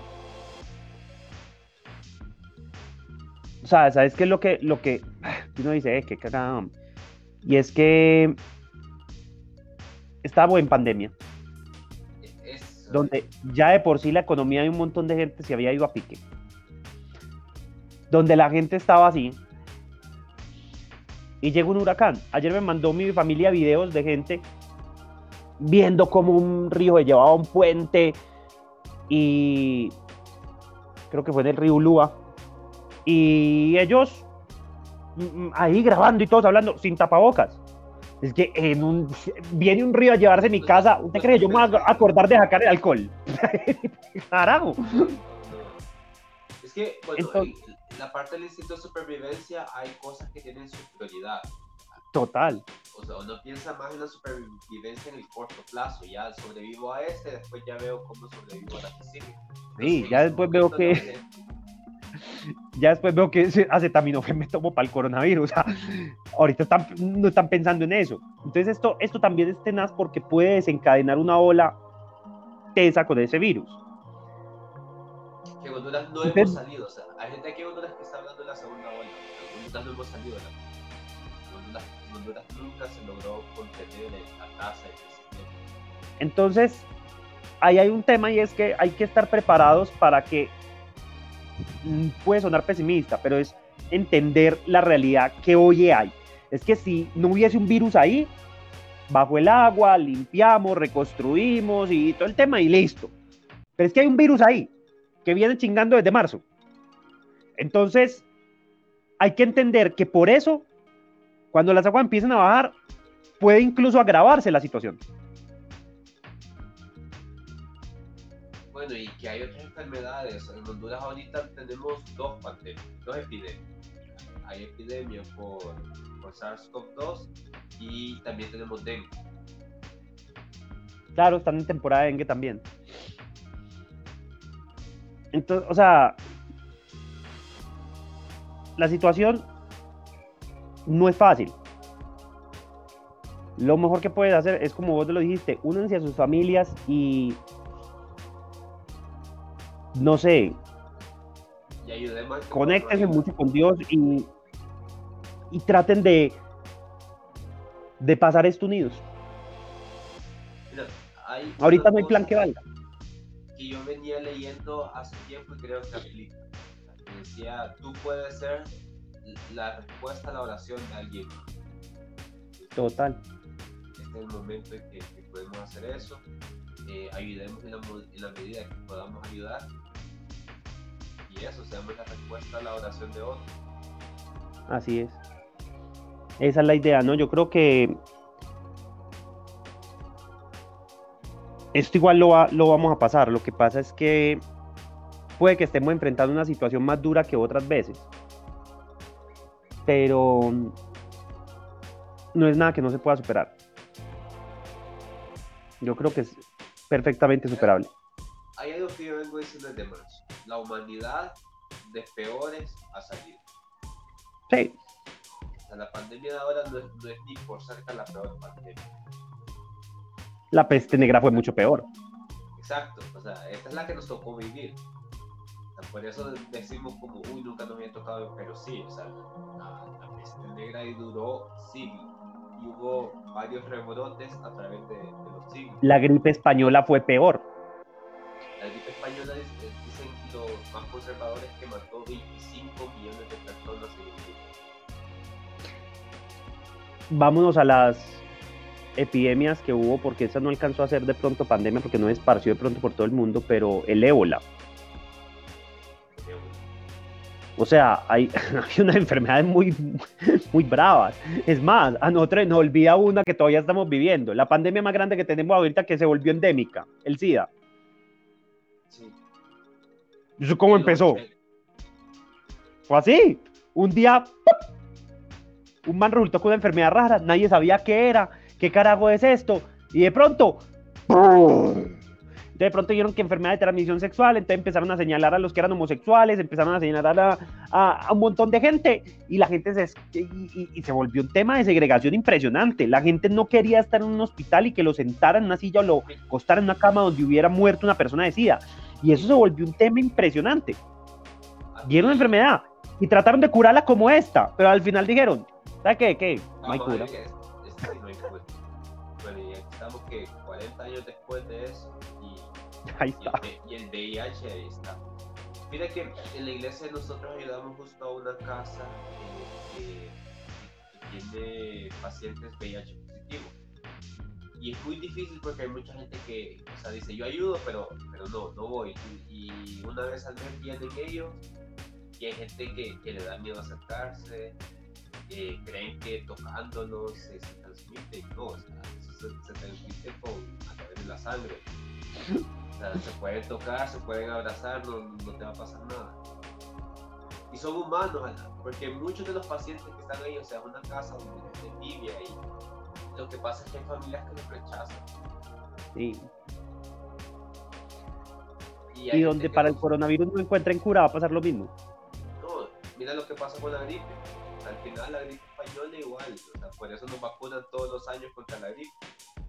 O sea, ¿sabes qué es lo que, lo que uno dice? Eh, qué cagada. Y es que estamos en pandemia, es... donde ya de por sí la economía de un montón de gente se había ido a pique, donde la gente estaba así, y llegó un huracán. Ayer me mandó mi familia videos de gente viendo cómo un río se llevaba un puente, y creo que fue en el río Ulúa, y ellos ahí grabando y todos hablando sin tapabocas. Es que en un, viene un río a llevarse mi casa. ¿Usted cree que yo me voy a acordar de sacar el alcohol? Carajo. Es que, bueno, Entonces, en la parte del instinto de supervivencia hay cosas que tienen su prioridad. Total. O sea, uno piensa más en la supervivencia en el corto plazo, ya sobrevivo a este, después ya veo cómo sobrevivo a la que sigue. Sí, ya después veo que... Ya después veo que ese acetaminofén me tomo para el coronavirus. O sea, ahorita están, no están pensando en eso. Entonces esto, esto también es tenaz porque puede desencadenar una ola tesa con ese virus. Que en Honduras no Entonces, hemos salido. O sea, hay gente aquí en Honduras que está hablando de la segunda ola. En Honduras no hemos salido de la en Honduras, en Honduras nunca se logró contener la tasa de crecimiento. Entonces, ahí hay un tema y es que hay que estar preparados para que, puede sonar pesimista, pero es entender la realidad que hoy hay. Es que si no hubiese un virus ahí, bajo el agua, limpiamos, reconstruimos y todo el tema y listo. Pero es que hay un virus ahí, que viene chingando desde marzo. Entonces, hay que entender que por eso, cuando las aguas empiecen a bajar, puede incluso agravarse la situación. Bueno, y que hay otras enfermedades. En Honduras ahorita tenemos dos pandemias, dos epidemias. Hay epidemia por, por SARS-CoV dos y también tenemos dengue. Claro, están en temporada de dengue también. Entonces, o sea, la situación no es fácil. Lo mejor que puedes hacer es, como vos lo dijiste, únanse a sus familias y no sé, y ayudemos, conéctense mucho con Dios y, y traten de, de pasar esto unidos. Mira, hay ahorita no hay plan que valga. Que yo venía leyendo hace tiempo y creo que aplica. Que decía, tú puedes ser la respuesta a la oración de alguien. Total. Este es el momento en que, que podemos hacer eso. Eh, ayudemos en la, en la medida que podamos ayudar. Y eso, seamos la respuesta a la oración de otro. Así es. Esa es la idea, ¿no? Yo creo que esto igual lo, va, lo vamos a pasar. Lo que pasa es que puede que estemos enfrentando una situación más dura que otras veces. Pero no es nada que no se pueda superar. Yo creo que es perfectamente superable. Hay algo que yo vengo diciendo desde marzo. La humanidad de peores ha salido. Sí. O sea, la pandemia de ahora no es, no es ni por cerca la peor pandemia. La peste negra fue mucho peor. Exacto. O sea, esta es la que nos tocó vivir. O sea, por eso decimos como, uy, nunca nos había tocado, pero sí, o sea, la, la peste negra ahí duró siglos. Y hubo varios rebrotes a través de, de los siglos. La gripe española fue peor. La gripe española dicen los más conservadores que mató veinticinco millones de personas en el mundo. Vámonos a las epidemias que hubo, porque esa no alcanzó a ser de pronto pandemia, porque no esparció de pronto por todo el mundo, pero el ébola. O sea, hay, hay unas enfermedades muy, muy bravas. Es más, a nosotros nos olvida una que todavía estamos viviendo. La pandemia más grande que tenemos ahorita, que se volvió endémica, el SIDA. Sí. ¿Eso cómo empezó? Fue así. Un día, ¡pum! Un man resultó con una enfermedad rara. Nadie sabía qué era. ¿Qué carajo es esto? Y de pronto, ¡pum! De pronto vieron que enfermedad de transmisión sexual, entonces empezaron a señalar a los que eran homosexuales, empezaron a señalar a, a, a un montón de gente, y la gente se, y, y, y se volvió un tema de segregación impresionante. La gente no quería estar en un hospital y que lo sentaran en una silla o lo acostaran en una cama donde hubiera muerto una persona de SIDA, y eso se volvió un tema impresionante. Vieron la enfermedad y trataron de curarla como esta, pero al final dijeron, ¿sabes qué? ¿Qué? No hay cura. Bueno, y estamos que cuarenta años después de eso, Ahí está. Y el, y el V I H ahí está. Mira que en la iglesia nosotros ayudamos justo a una casa eh, que, que tiene pacientes V I H positivos. Y es muy difícil porque hay mucha gente que, o sea, dice yo ayudo, pero, pero no, no voy. Y, y una vez al mes vienen ellos y hay gente que, que le da miedo acercarse, eh, creen que tocándonos se, se transmite. No, o sea, eso se, se transmite con, a través de la sangre. O sea, se pueden tocar, se pueden abrazar, no, no te va a pasar nada. Y son humanos, porque muchos de los pacientes que están ahí, o sea, es una casa donde se vive ahí, lo que pasa es que hay familias que lo rechazan. Sí. Y, y donde para no... el coronavirus no encuentren cura, va a pasar lo mismo. No, mira lo que pasa con la gripe. Al final la gripe española igual, o sea, por eso nos vacunan todos los años contra la gripe.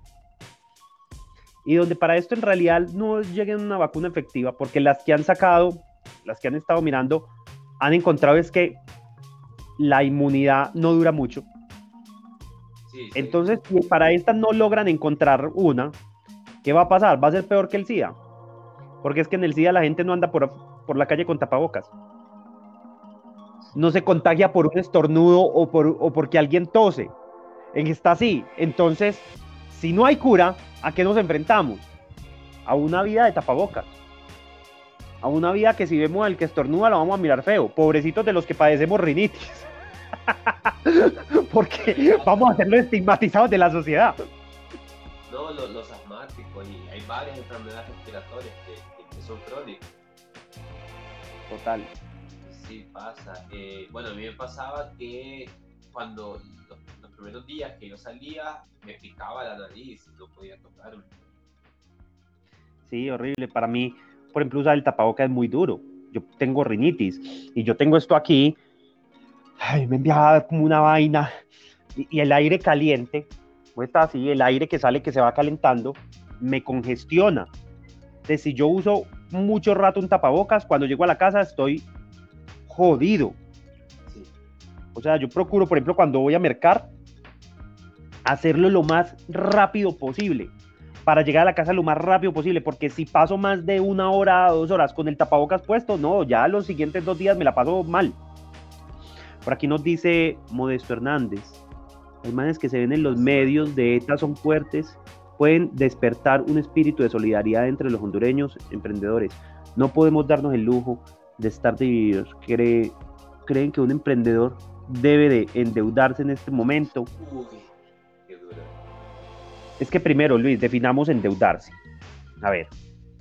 Y donde para esto en realidad no lleguen una vacuna efectiva, porque las que han sacado, las que han estado mirando, han encontrado es que la inmunidad no dura mucho. Sí, sí. Entonces, si para esta no logran encontrar una, ¿qué va a pasar? Va a ser peor que el SIDA. Porque es que en el SIDA la gente no anda por, por la calle con tapabocas. No se contagia por un estornudo o, por, o porque alguien tose. Está así. Entonces, si no hay cura, ¿a qué nos enfrentamos? A una vida de tapabocas. A una vida que si vemos al que estornuda lo vamos a mirar feo. Pobrecitos de los que padecemos rinitis. Porque vamos a ser los estigmatizados de la sociedad. No, los, los asmáticos, y hay varias enfermedades respiratorias que, que, que son crónicas. Total. Sí, pasa. Eh, bueno, a mí me pasaba que cuando los, los primeros días que yo salía, me picaba la nariz y no podía tocarme. Sí, horrible. Para mí, por ejemplo, usar el tapaboca es muy duro. Yo tengo rinitis y yo tengo esto aquí. Ay, me enviaba como una vaina. Y, y el aire caliente, ¿cómo está así? El aire que sale, que se va calentando, me congestiona. Entonces, si yo uso mucho rato un tapabocas, cuando llego a la casa estoy jodido. Sí. O sea, yo procuro, por ejemplo, cuando voy a mercar, hacerlo lo más rápido posible, para llegar a la casa lo más rápido posible, porque si paso más de una hora, dos horas con el tapabocas puesto, no, ya los siguientes dos días me la paso mal. Por aquí nos dice Modesto Hernández, hay manes que se ven en los medios de E T A son fuertes, pueden despertar un espíritu de solidaridad entre los hondureños emprendedores. No podemos darnos el lujo de estar divididos. Cree, ¿Creen que un emprendedor debe de endeudarse en este momento? Uy, qué duro. Es que primero, Luis, definamos endeudarse. A ver.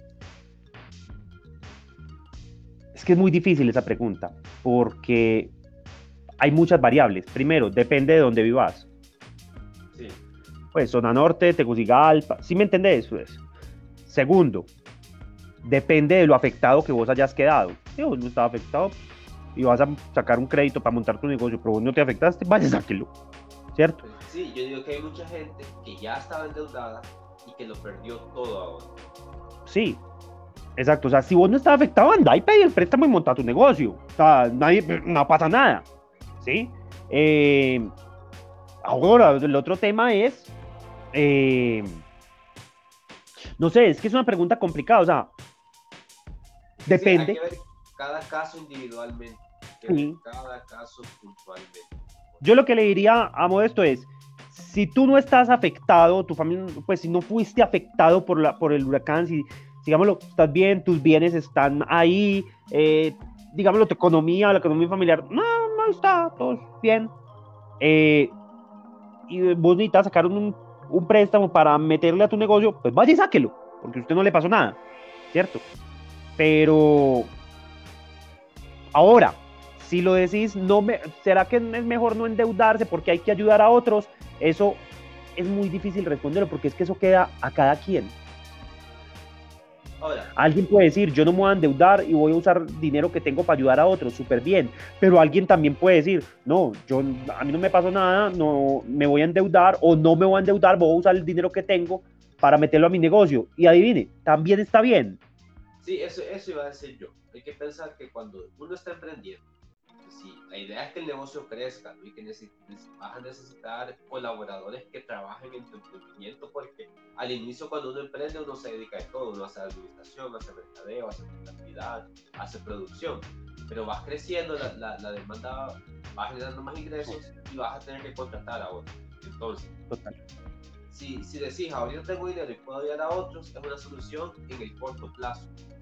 Es que es muy difícil esa pregunta, porque hay muchas variables. Primero, depende de dónde vivas. Sí. Pues zona norte, Tegucigalpa, ¿sí me entendés? Pues. Segundo, depende de lo afectado que vos hayas quedado. Si vos no estás afectado y vas a sacar un crédito para montar tu negocio, pero vos no te afectaste, vaya, sáquelo, ¿cierto? Sí, yo digo que hay mucha gente que ya estaba endeudada y que lo perdió todo ahora. Sí, exacto. O sea, si vos no estás afectado, anda y pedí el préstamo y monta tu negocio. O sea, nadie, no pasa nada, ¿sí? Eh, ahora, el otro tema es... Eh, no sé, es que es una pregunta complicada, o sea, depende. Sí, hay que ver cada caso individualmente, sí. Cada caso puntualmente. Yo lo que le diría a Modesto es, si tú no estás afectado, tu familia, pues si no fuiste afectado por, la, por el huracán, si, digámoslo, estás bien, tus bienes están ahí, eh, digámoslo, tu economía, la economía familiar, no, no está, todo bien, eh, y vos necesitas sacar un, un préstamo para meterle a tu negocio, pues vaya y sáquelo, porque a usted no le pasó nada, ¿cierto? Pero ahora, si lo decís, no me, ¿será que es mejor no endeudarse porque hay que ayudar a otros? Eso es muy difícil responderlo porque es que eso queda a cada quien. Ahora, alguien puede decir, yo no me voy a endeudar y voy a usar dinero que tengo para ayudar a otros, súper bien, pero alguien también puede decir, no, yo, a mí no me pasó nada, no me voy a endeudar o no me voy a endeudar, voy a usar el dinero que tengo para meterlo a mi negocio, y adivine, también está bien. Sí, eso, eso iba a decir yo, hay que pensar que cuando uno está emprendiendo, sí, la idea es que el negocio crezca, ¿no? Y que neces- vas a necesitar colaboradores que trabajen en tu emprendimiento, porque al inicio cuando uno emprende uno se dedica a todo, uno hace administración, hace mercadeo, hace contabilidad, hace producción, pero vas creciendo, la, la, la demanda va generando más ingresos y vas a tener que contratar a otros. Entonces, Total. Si, si decís, ahorita tengo dinero y puedo ayudar a otros, es una solución en el corto plazo.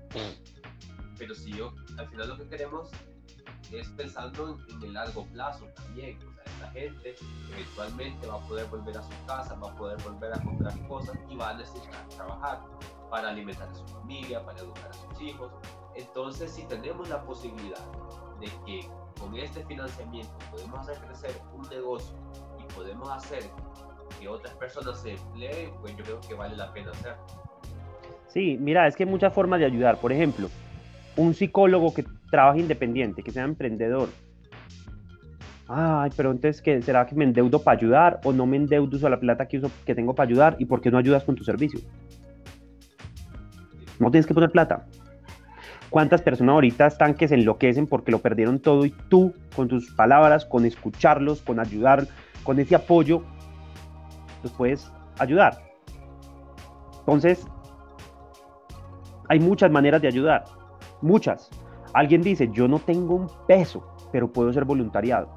Pero si yo, al final lo que queremos es pensando en, en el largo plazo también. O sea, esta gente eventualmente va a poder volver a su casa, va a poder volver a comprar cosas y va a necesitar trabajar para alimentar a su familia, para educar a sus hijos. Entonces, si tenemos la posibilidad de que con este financiamiento podemos hacer crecer un negocio y podemos hacer que otras personas se empleen, pues yo creo que vale la pena hacerlo. Sí, mira, es que hay muchas formas de ayudar. Por ejemplo, un psicólogo que trabaje independiente, que sea emprendedor. Ay, pero entonces, ¿qué? ¿Será que me endeudo para ayudar o no me endeudo, uso la plata que, uso, que tengo para ayudar? ¿Y por qué no ayudas con tu servicio? No tienes que poner plata. ¿Cuántas personas ahorita están que se enloquecen porque lo perdieron todo y tú, con tus palabras, con escucharlos, con ayudar, con ese apoyo, los puedes ayudar? Entonces, hay muchas maneras de ayudar. Muchas. Alguien dice, yo no tengo un peso, pero puedo ser voluntariado.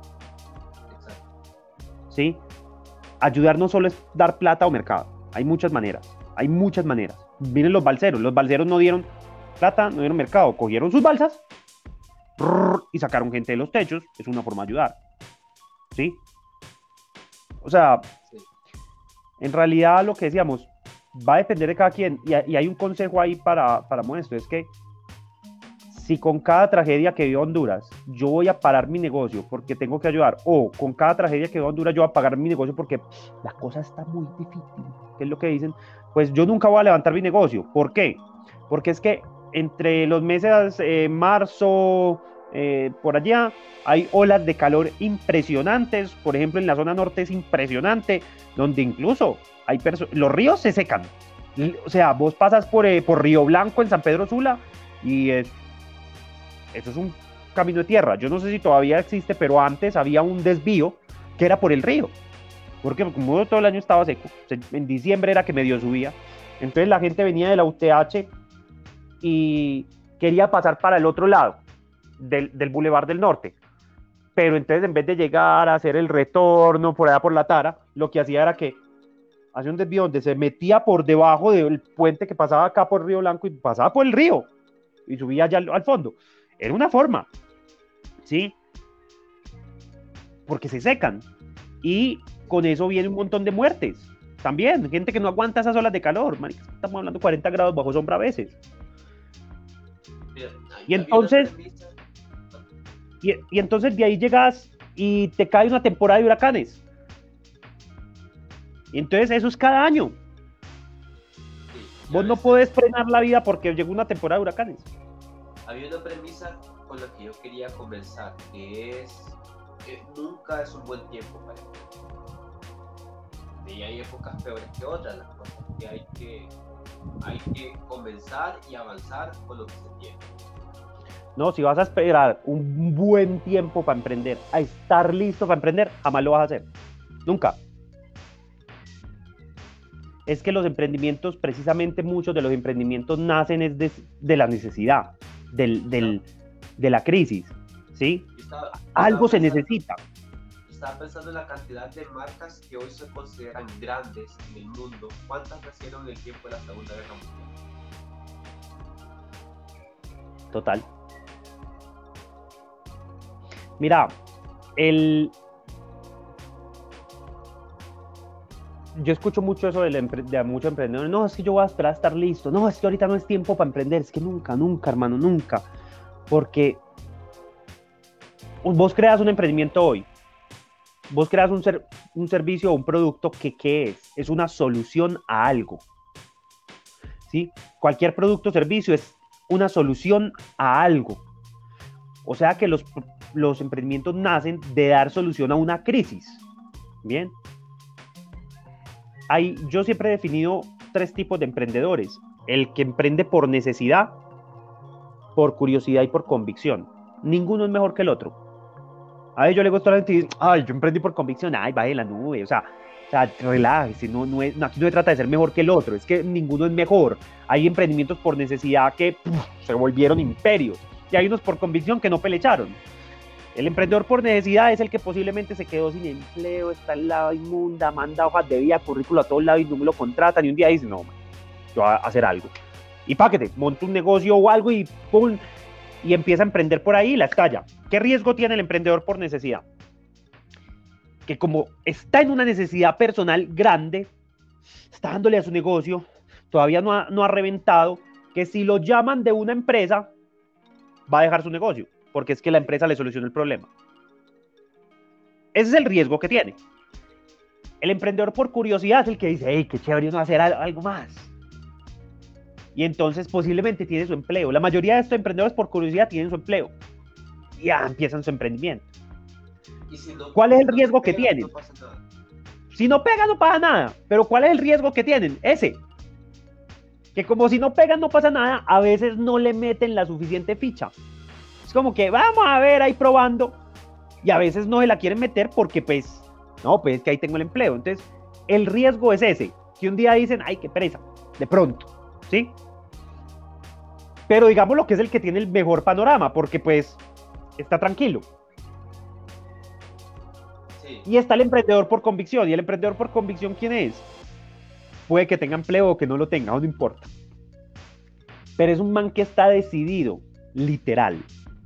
¿Sí? Ayudar no solo es dar plata o mercado. Hay muchas maneras. Hay muchas maneras. Miren los balseros. Los balseros no dieron plata, no dieron mercado. Cogieron sus balsas y sacaron gente de los techos. Es una forma de ayudar. ¿Sí? O sea, sí. En realidad lo que decíamos va a depender de cada quien. Y, y hay un consejo ahí para, para esto. Es que si con cada tragedia que vive Honduras yo voy a parar mi negocio porque tengo que ayudar, o con cada tragedia que vive Honduras yo voy a pagar mi negocio porque la cosa está muy difícil, ¿qué es lo que dicen? Pues yo nunca voy a levantar mi negocio. ¿Por qué? Porque es que entre los meses eh, marzo, eh, por allá, hay olas de calor impresionantes. Por ejemplo, en la zona norte es impresionante, donde incluso hay perso- los ríos se secan. O sea, vos pasas por, eh, por Río Blanco en San Pedro Sula y es eso es un camino de tierra. Yo no sé si todavía existe, pero antes había un desvío que era por el río. Porque como todo el año estaba seco, en diciembre era que medio subía. Entonces la gente venía de la U T H y quería pasar para el otro lado del, del Boulevard del Norte. Pero entonces en vez de llegar a hacer el retorno por allá por la Tara, lo que hacía era que hacía un desvío donde se metía por debajo del puente que pasaba acá por Río Blanco y pasaba por el río y subía allá al, al fondo. Era una forma, ¿sí? Porque se secan. Y con eso viene un montón de muertes. También, gente que no aguanta esas olas de calor. Marica, estamos hablando de cuarenta grados bajo sombra a veces. Y entonces, y, y entonces de ahí llegas y te cae una temporada de huracanes. Y entonces eso es cada año. Vos no podés frenar la vida porque llegó una temporada de huracanes. Había una premisa con la que yo quería comenzar, que es que nunca es un buen tiempo para emprender. Y hay épocas peores que otras, las cosas que hay que hay que comenzar y avanzar con lo que se tiene. No, si vas a esperar un buen tiempo para emprender, a estar listo para emprender, jamás lo vas a hacer. Nunca. Es que los emprendimientos, precisamente muchos de los emprendimientos nacen es de, de la necesidad. Del, del, de la crisis, ¿sí? Estaba, Algo estaba se pensando, necesita. Estaba pensando en la cantidad de marcas que hoy se consideran grandes en el mundo. ¿Cuántas nacieron en el tiempo de la Segunda Guerra Mundial? Total. Mira, el... yo escucho mucho eso de, empre- de muchos emprendedores. No, es que yo voy a esperar a estar listo. No, es que ahorita no es tiempo para emprender. Es que nunca, nunca, hermano, nunca. Porque vos creas un emprendimiento hoy. Vos creas un, ser, un servicio o un producto que, ¿qué es? Es una solución a algo. ¿Sí? Cualquier producto o servicio es una solución a algo. O sea que los, los emprendimientos nacen de dar solución a una crisis. ¿Bien? Hay, yo siempre he definido tres tipos de emprendedores. El que emprende por necesidad, por curiosidad y por convicción. Ninguno es mejor que el otro. A ver, yo le gusta a la gente y dice, ay, yo emprendí por convicción, ay, baje la nube, o sea, o sea relájese, no, no es, no, aquí no se trata de ser mejor que el otro, es que ninguno es mejor. Hay emprendimientos por necesidad que puf, se volvieron imperios, y hay unos por convicción que no pelecharon. El emprendedor por necesidad es el que posiblemente se quedó sin empleo, está al lado inmunda, manda hojas de vida, currículo a todos lados y no me lo contratan, y un día dice, no, man, yo voy a hacer algo. Y páquete, monta un negocio o algo y pum, y empieza a emprender por ahí y la estalla. ¿Qué riesgo tiene el emprendedor por necesidad? Que como está en una necesidad personal grande, está dándole a su negocio, todavía no ha, no ha reventado, que si lo llaman de una empresa, va a dejar su negocio, porque es que la empresa le soluciona el problema. Ese es el riesgo que tiene. El emprendedor por curiosidad es el que dice, hey, qué chévere uno hacer algo más. Y entonces posiblemente tiene su empleo. La mayoría de estos emprendedores por curiosidad tienen su empleo. Y ya empiezan su emprendimiento. Y si no, ¿Cuál es si el no riesgo que pega, tienen? no pasa nada. Si no pega, no pasa nada. Pero ¿cuál es el riesgo que tienen? Ese. Que como si no pegan, no pasa nada, a veces no le meten la suficiente ficha. Es como que vamos a ver ahí probando. Y a veces no se la quieren meter porque pues, no, pues es que ahí tengo el empleo. Entonces, el riesgo es ese. Que un día dicen, ay, qué pereza. De pronto, ¿sí? Pero digamos lo que es el que tiene el mejor panorama, porque pues está tranquilo. Sí. Y está el emprendedor por convicción. ¿Y el emprendedor por convicción quién es? Puede que tenga empleo o que no lo tenga, no importa. Pero es un man que está decidido, literal,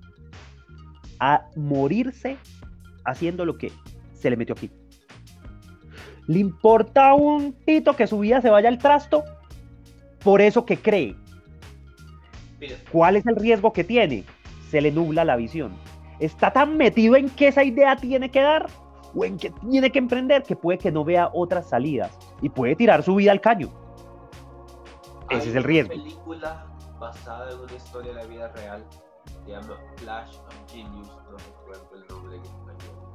a morirse haciendo lo que se le metió aquí. Le importa un pito que su vida se vaya al trasto por eso que cree. ¿Cuál es el riesgo que tiene? Se le nubla la visión. Está tan metido en que esa idea tiene que dar o en que tiene que emprender que puede que no vea otras salidas y puede tirar su vida al caño. Ese es el riesgo. Hay una película basada en una historia de la vida real, se llama Flash of Genius, no recuerdo el nombre en español.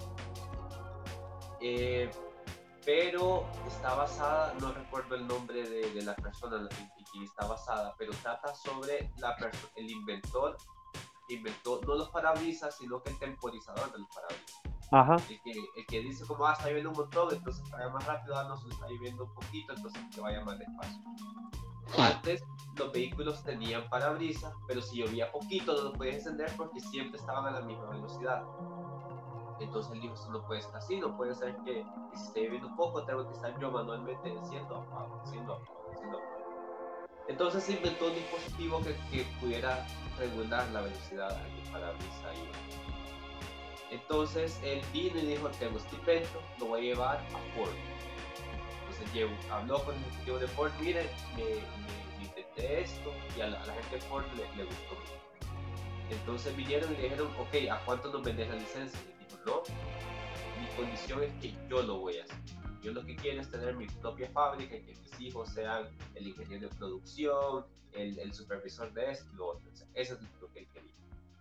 Eh, pero está basada, no recuerdo el nombre de, de la persona en quien está basada, pero trata sobre la perso- el inventor que inventó no los parabrisas, sino que el temporizador de los parabrisas. Ajá. El que, el que dice como, ah, está lloviendo un montón, entonces vaya más rápido, ah, no, se está lloviendo un poquito, entonces que vaya más despacio. Antes los vehículos tenían parabrisas, pero si llovía poquito no los podías encender porque siempre estaban a la misma velocidad. Entonces él dijo, eso no puede ser así, no puede ser que, que si está lloviendo poco tengo que estar yo manualmente enciendo, apago, enciendo, apago, enciendo, apago. Entonces se inventó un dispositivo que, que pudiera regular la velocidad del parabrisas ahí. Entonces él vino y dijo, tengo este invento, lo voy a llevar a Ford. Entonces llevo, habló con el ejecutivo de Ford, mire, me, me, me intenté esto y a la, a la gente de Ford le, le gustó mucho. Entonces vinieron y le dijeron, ok, ¿a cuánto nos vendes la licencia? Y dijo, no, mi condición es que yo lo voy a hacer. Yo lo que quiero es tener mi propia fábrica y que mis hijos sean el ingeniero de producción, el, el supervisor de esto y lo otro. O sea, eso es lo que él quería.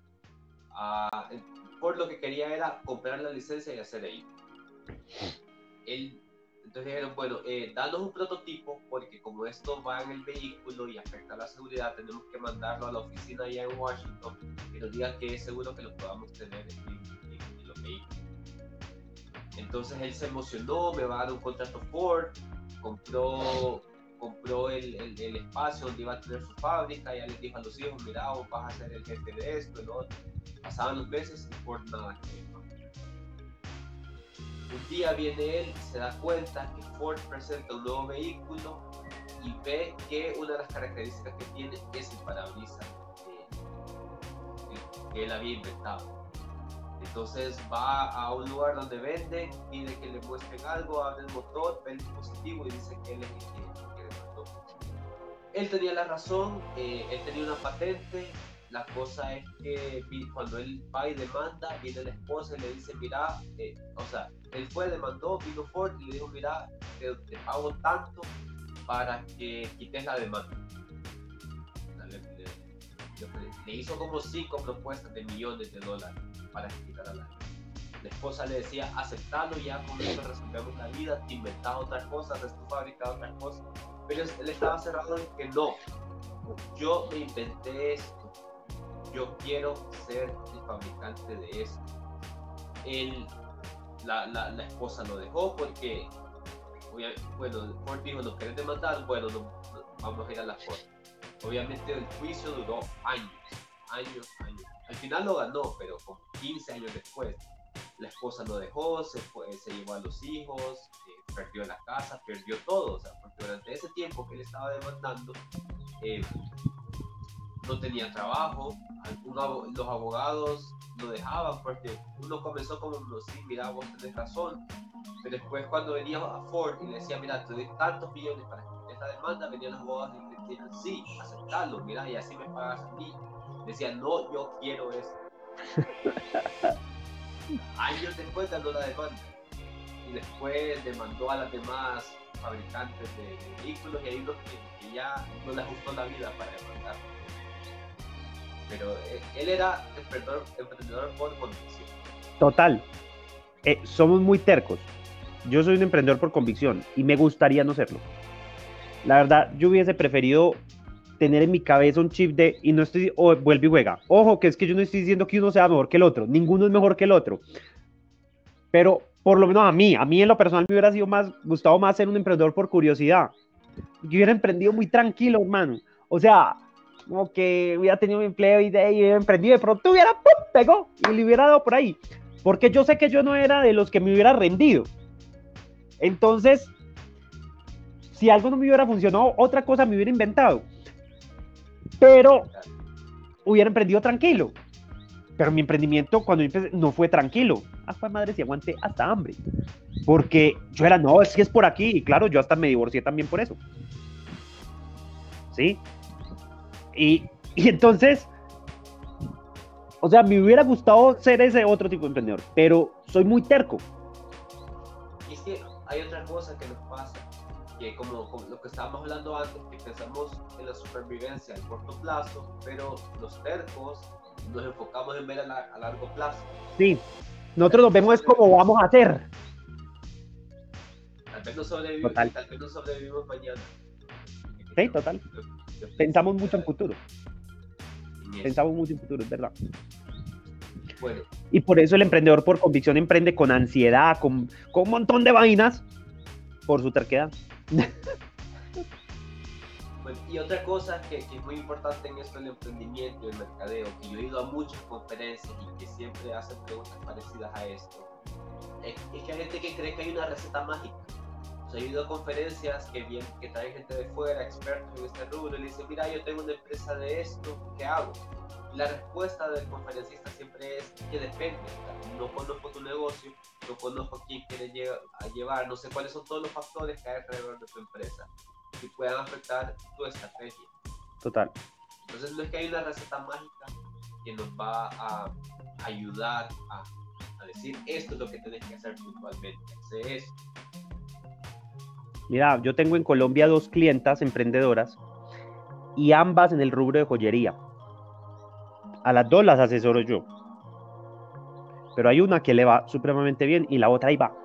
Uh, Ford lo que quería era comprar la licencia y hacer ahí. Él, entonces dijeron, bueno, eh, danos un prototipo porque como esto va en el vehículo y afecta a la seguridad, tenemos que mandarlo a la oficina allá en Washington que nos diga que es seguro que lo podamos tener en, en, en los vehículos. Entonces él se emocionó, me va a dar un contrato Ford, compró, compró el, el, el espacio donde iba a tener su fábrica, ya les dijo a los hijos, mira, vos vas a ser el jefe de esto, el otro. Pasaban los meses y Ford nada que ver. Un día viene él y se da cuenta que Ford presenta un nuevo vehículo y ve que una de las características que tiene es el parabrisas que, que él había inventado. Entonces va a un lugar donde venden, pide que le muestren algo, abre el motor, ve el dispositivo y dice que él es el que, que le mandó. Él tenía la razón, eh, él tenía una patente. La cosa es que cuando él va y demanda, viene la esposa y le dice, mira, eh, o sea, él fue, demandó, vino Ford y le dijo, mira, te, te pago tanto para que quites la demanda. O sea, le, le, le, le hizo como cinco propuestas de millones de dólares para que quitara la demanda. La esposa le decía, aceptalo, ya con eso resolvemos la vida, te inventás otras cosas, es tu fábrica otras cosas. Pero él estaba cerrado en que no, yo me inventé esto. Yo quiero ser el fabricante de esto. Él, la, la, la esposa lo dejó porque, bueno, Ford dijo, ¿no querés demandar? Bueno, no, no, vamos a ir a la Ford. Obviamente el juicio duró años, años, años. Al final lo ganó, pero como quince años después. La esposa lo dejó, se, fue, se llevó a los hijos, eh, perdió la casa, perdió todo. O sea, porque durante ese tiempo que él estaba demandando, eh, no tenía trabajo, algunos, los abogados lo dejaban porque uno comenzó como, sí, mira, vos tenés razón, pero después cuando venía a Ford y le decía, mira, te doy tantos millones para que quites la demanda, venían los abogados y le decían, sí, aceptarlo, mira, y así me pagas a mí. Decían, no, yo quiero esto. Años después ganó la demanda. y después demandó a las demás fabricantes de vehículos y hay unos que, que ya no les gustó la vida para demandar. Pero eh, él era emprendedor, emprendedor por convicción. Total. Eh, somos muy tercos. Yo soy un emprendedor por convicción y me gustaría no serlo. La verdad, yo hubiese preferido tener en mi cabeza un chip de, y no estoy, o oh, vuelve y juega. Ojo, que es que yo no estoy diciendo que uno sea mejor que el otro. Ninguno es mejor que el otro. Pero por lo menos a mí, a mí en lo personal me hubiera sido más, gustado más ser un emprendedor por curiosidad. Yo hubiera emprendido muy tranquilo, hermano. O sea, como que hubiera tenido mi empleo y de ahí hubiera emprendido, de pronto hubiera, ¡pum!, pegó y le hubiera dado por ahí. Porque yo sé que yo no era de los que me hubiera rendido. Entonces, si algo no me hubiera funcionado, otra cosa me hubiera inventado. Pero hubiera emprendido tranquilo. Pero mi emprendimiento, cuando yo empecé, no fue tranquilo. Ah, fue madre, si aguanté hasta hambre. Porque yo era, no, es que es por aquí. Y claro, yo hasta me divorcié también por eso. ¿Sí? Y, y entonces, o sea, me hubiera gustado ser ese otro tipo de emprendedor. Pero soy muy terco. Y es que hay otra cosa que nos pasa. Que como, como lo que estábamos hablando antes, que pensamos en la supervivencia a corto plazo, pero los tercos nos enfocamos en ver a, la, a largo plazo. Sí, nosotros nos vemos es como vamos a hacer. Tal vez no sobrevivimos, tal vez no sobrevivimos mañana. Sí, total. Yo, yo Pensamos mucho en futuro. En Pensamos mucho en futuro, es verdad. Bueno. Y por eso el emprendedor por convicción emprende con ansiedad, con, con un montón de vainas, por su terquedad. Bueno, y otra cosa que, que es muy importante en esto del emprendimiento y el mercadeo, que yo he ido a muchas conferencias y que siempre hacen preguntas parecidas a esto, es, es que hay gente que cree que hay una receta mágica. O sea, he ido a conferencias que, bien, que traen gente de fuera, expertos en este rubro, y le dicen, mira, yo tengo una empresa de esto, ¿qué hago? Y la respuesta del conferencista siempre es que depende. No conozco tu negocio, no conozco quién quiere llevar, a llevar, no sé cuáles son todos los factores que hay alrededor de tu empresa que puedan afectar tu estrategia. Total. Entonces no es que hay una receta mágica que nos va a ayudar a, a decir esto es lo que tienes que hacer puntualmente, hace esto. Mira, yo tengo en Colombia dos clientas emprendedoras y ambas en el rubro de joyería. A las dos las asesoro yo. Pero hay una que le va supremamente bien y la otra ahí va.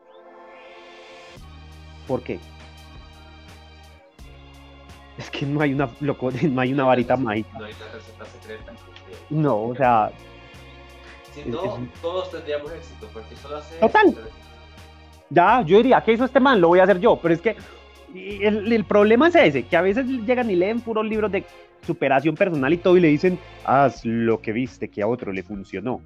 ¿Por qué? Es que no hay una, loco, no hay una varita mágica. No hay una receta secreta. Porque, no, o sea... Si no, es, es... todos tendríamos éxito, porque solo hace... Total. Éxito. Ya, yo diría, ¿qué hizo este man? Lo voy a hacer yo. Pero es que el, el problema es ese, que a veces llegan y leen puros libros de superación personal y todo y le dicen, haz lo que viste que a otro le funcionó.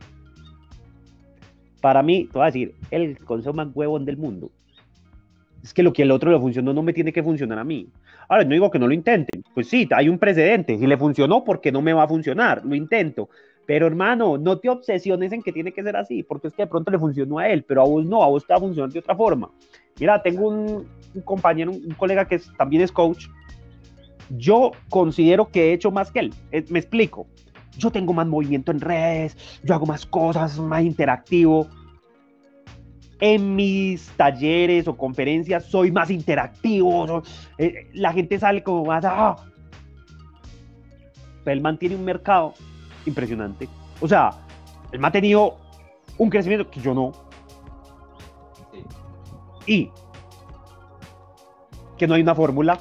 Para mí, te voy a decir, el consejo más huevón del mundo es que lo que al otro le funcionó no me tiene que funcionar a mí. Ahora, no digo que no lo intenten. Pues sí, hay un precedente. Si le funcionó, ¿por qué no me va a funcionar? Lo intento. Pero, hermano, no te obsesiones en que tiene que ser así, porque es que de pronto le funcionó a él, pero a vos no, a vos te va a funcionar de otra forma. Mira, tengo un, un compañero, un, un colega que es, también es coach. Yo considero que he hecho más que él. Eh, me explico. Yo tengo más movimiento en redes, yo hago más cosas, más interactivo. En mis talleres o conferencias soy más interactivo, soy, eh, la gente sale como más... ¡ah! Pero él mantiene un mercado impresionante. O sea, él me ha tenido un crecimiento que yo no. Sí. Y que no hay una fórmula.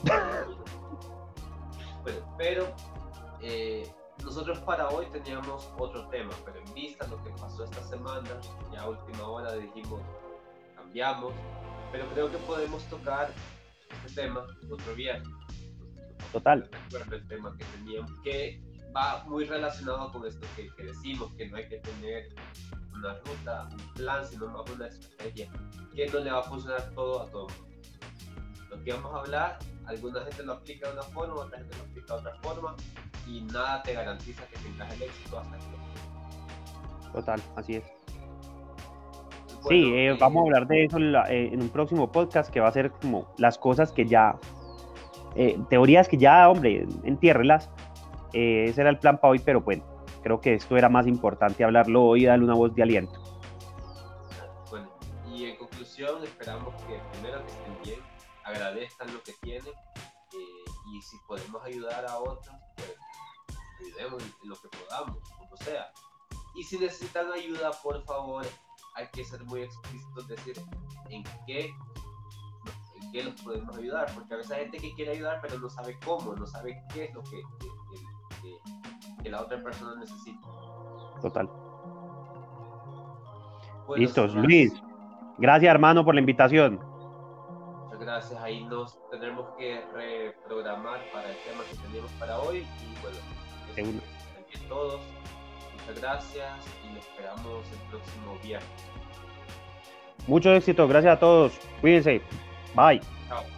Bueno, pero eh, nosotros para hoy teníamos otro tema, pero en vista de lo que pasó esta semana, ya a última hora dijimos, cambiamos, pero creo que podemos tocar este tema otro viernes. Total. Recuerdo el tema que teníamos, que va muy relacionado con esto que, que decimos, que no hay que tener una ruta, un plan, sino más una estrategia, que no le va a funcionar todo a todo el mundo. Lo que vamos a hablar, alguna gente lo aplica de una forma, otra gente lo aplica de otra forma, y nada te garantiza que tengas el éxito hasta que... Total, así es. Bueno, sí, eh, eh, vamos a hablar de eso en, la, eh, en un próximo podcast que va a ser como las cosas que ya, eh, teorías que ya, hombre, entiérrelas. Eh, ese era el plan para hoy, pero bueno, creo que esto era más importante hablarlo hoy y darle una voz de aliento. Bueno, y en conclusión, agradezcan lo que tienen, eh, y si podemos ayudar a otros, pues ayudemos en lo que podamos, como sea. Y si necesitan ayuda, por favor, hay que ser muy explícitos, decir en qué, en qué los podemos ayudar, porque a veces hay gente que quiere ayudar pero no sabe cómo, no sabe qué es lo que, que, que, que la otra persona necesita. Total. Bueno, Listos, Sebas, Luis. Gracias, hermano, por la invitación. muchas gracias. Ahí nos tendremos que reprogramar para el tema que teníamos para hoy. Y bueno, eso es todos. Muchas gracias y nos esperamos el próximo viernes. Mucho éxito, gracias a todos. Cuídense. Bye. Chao.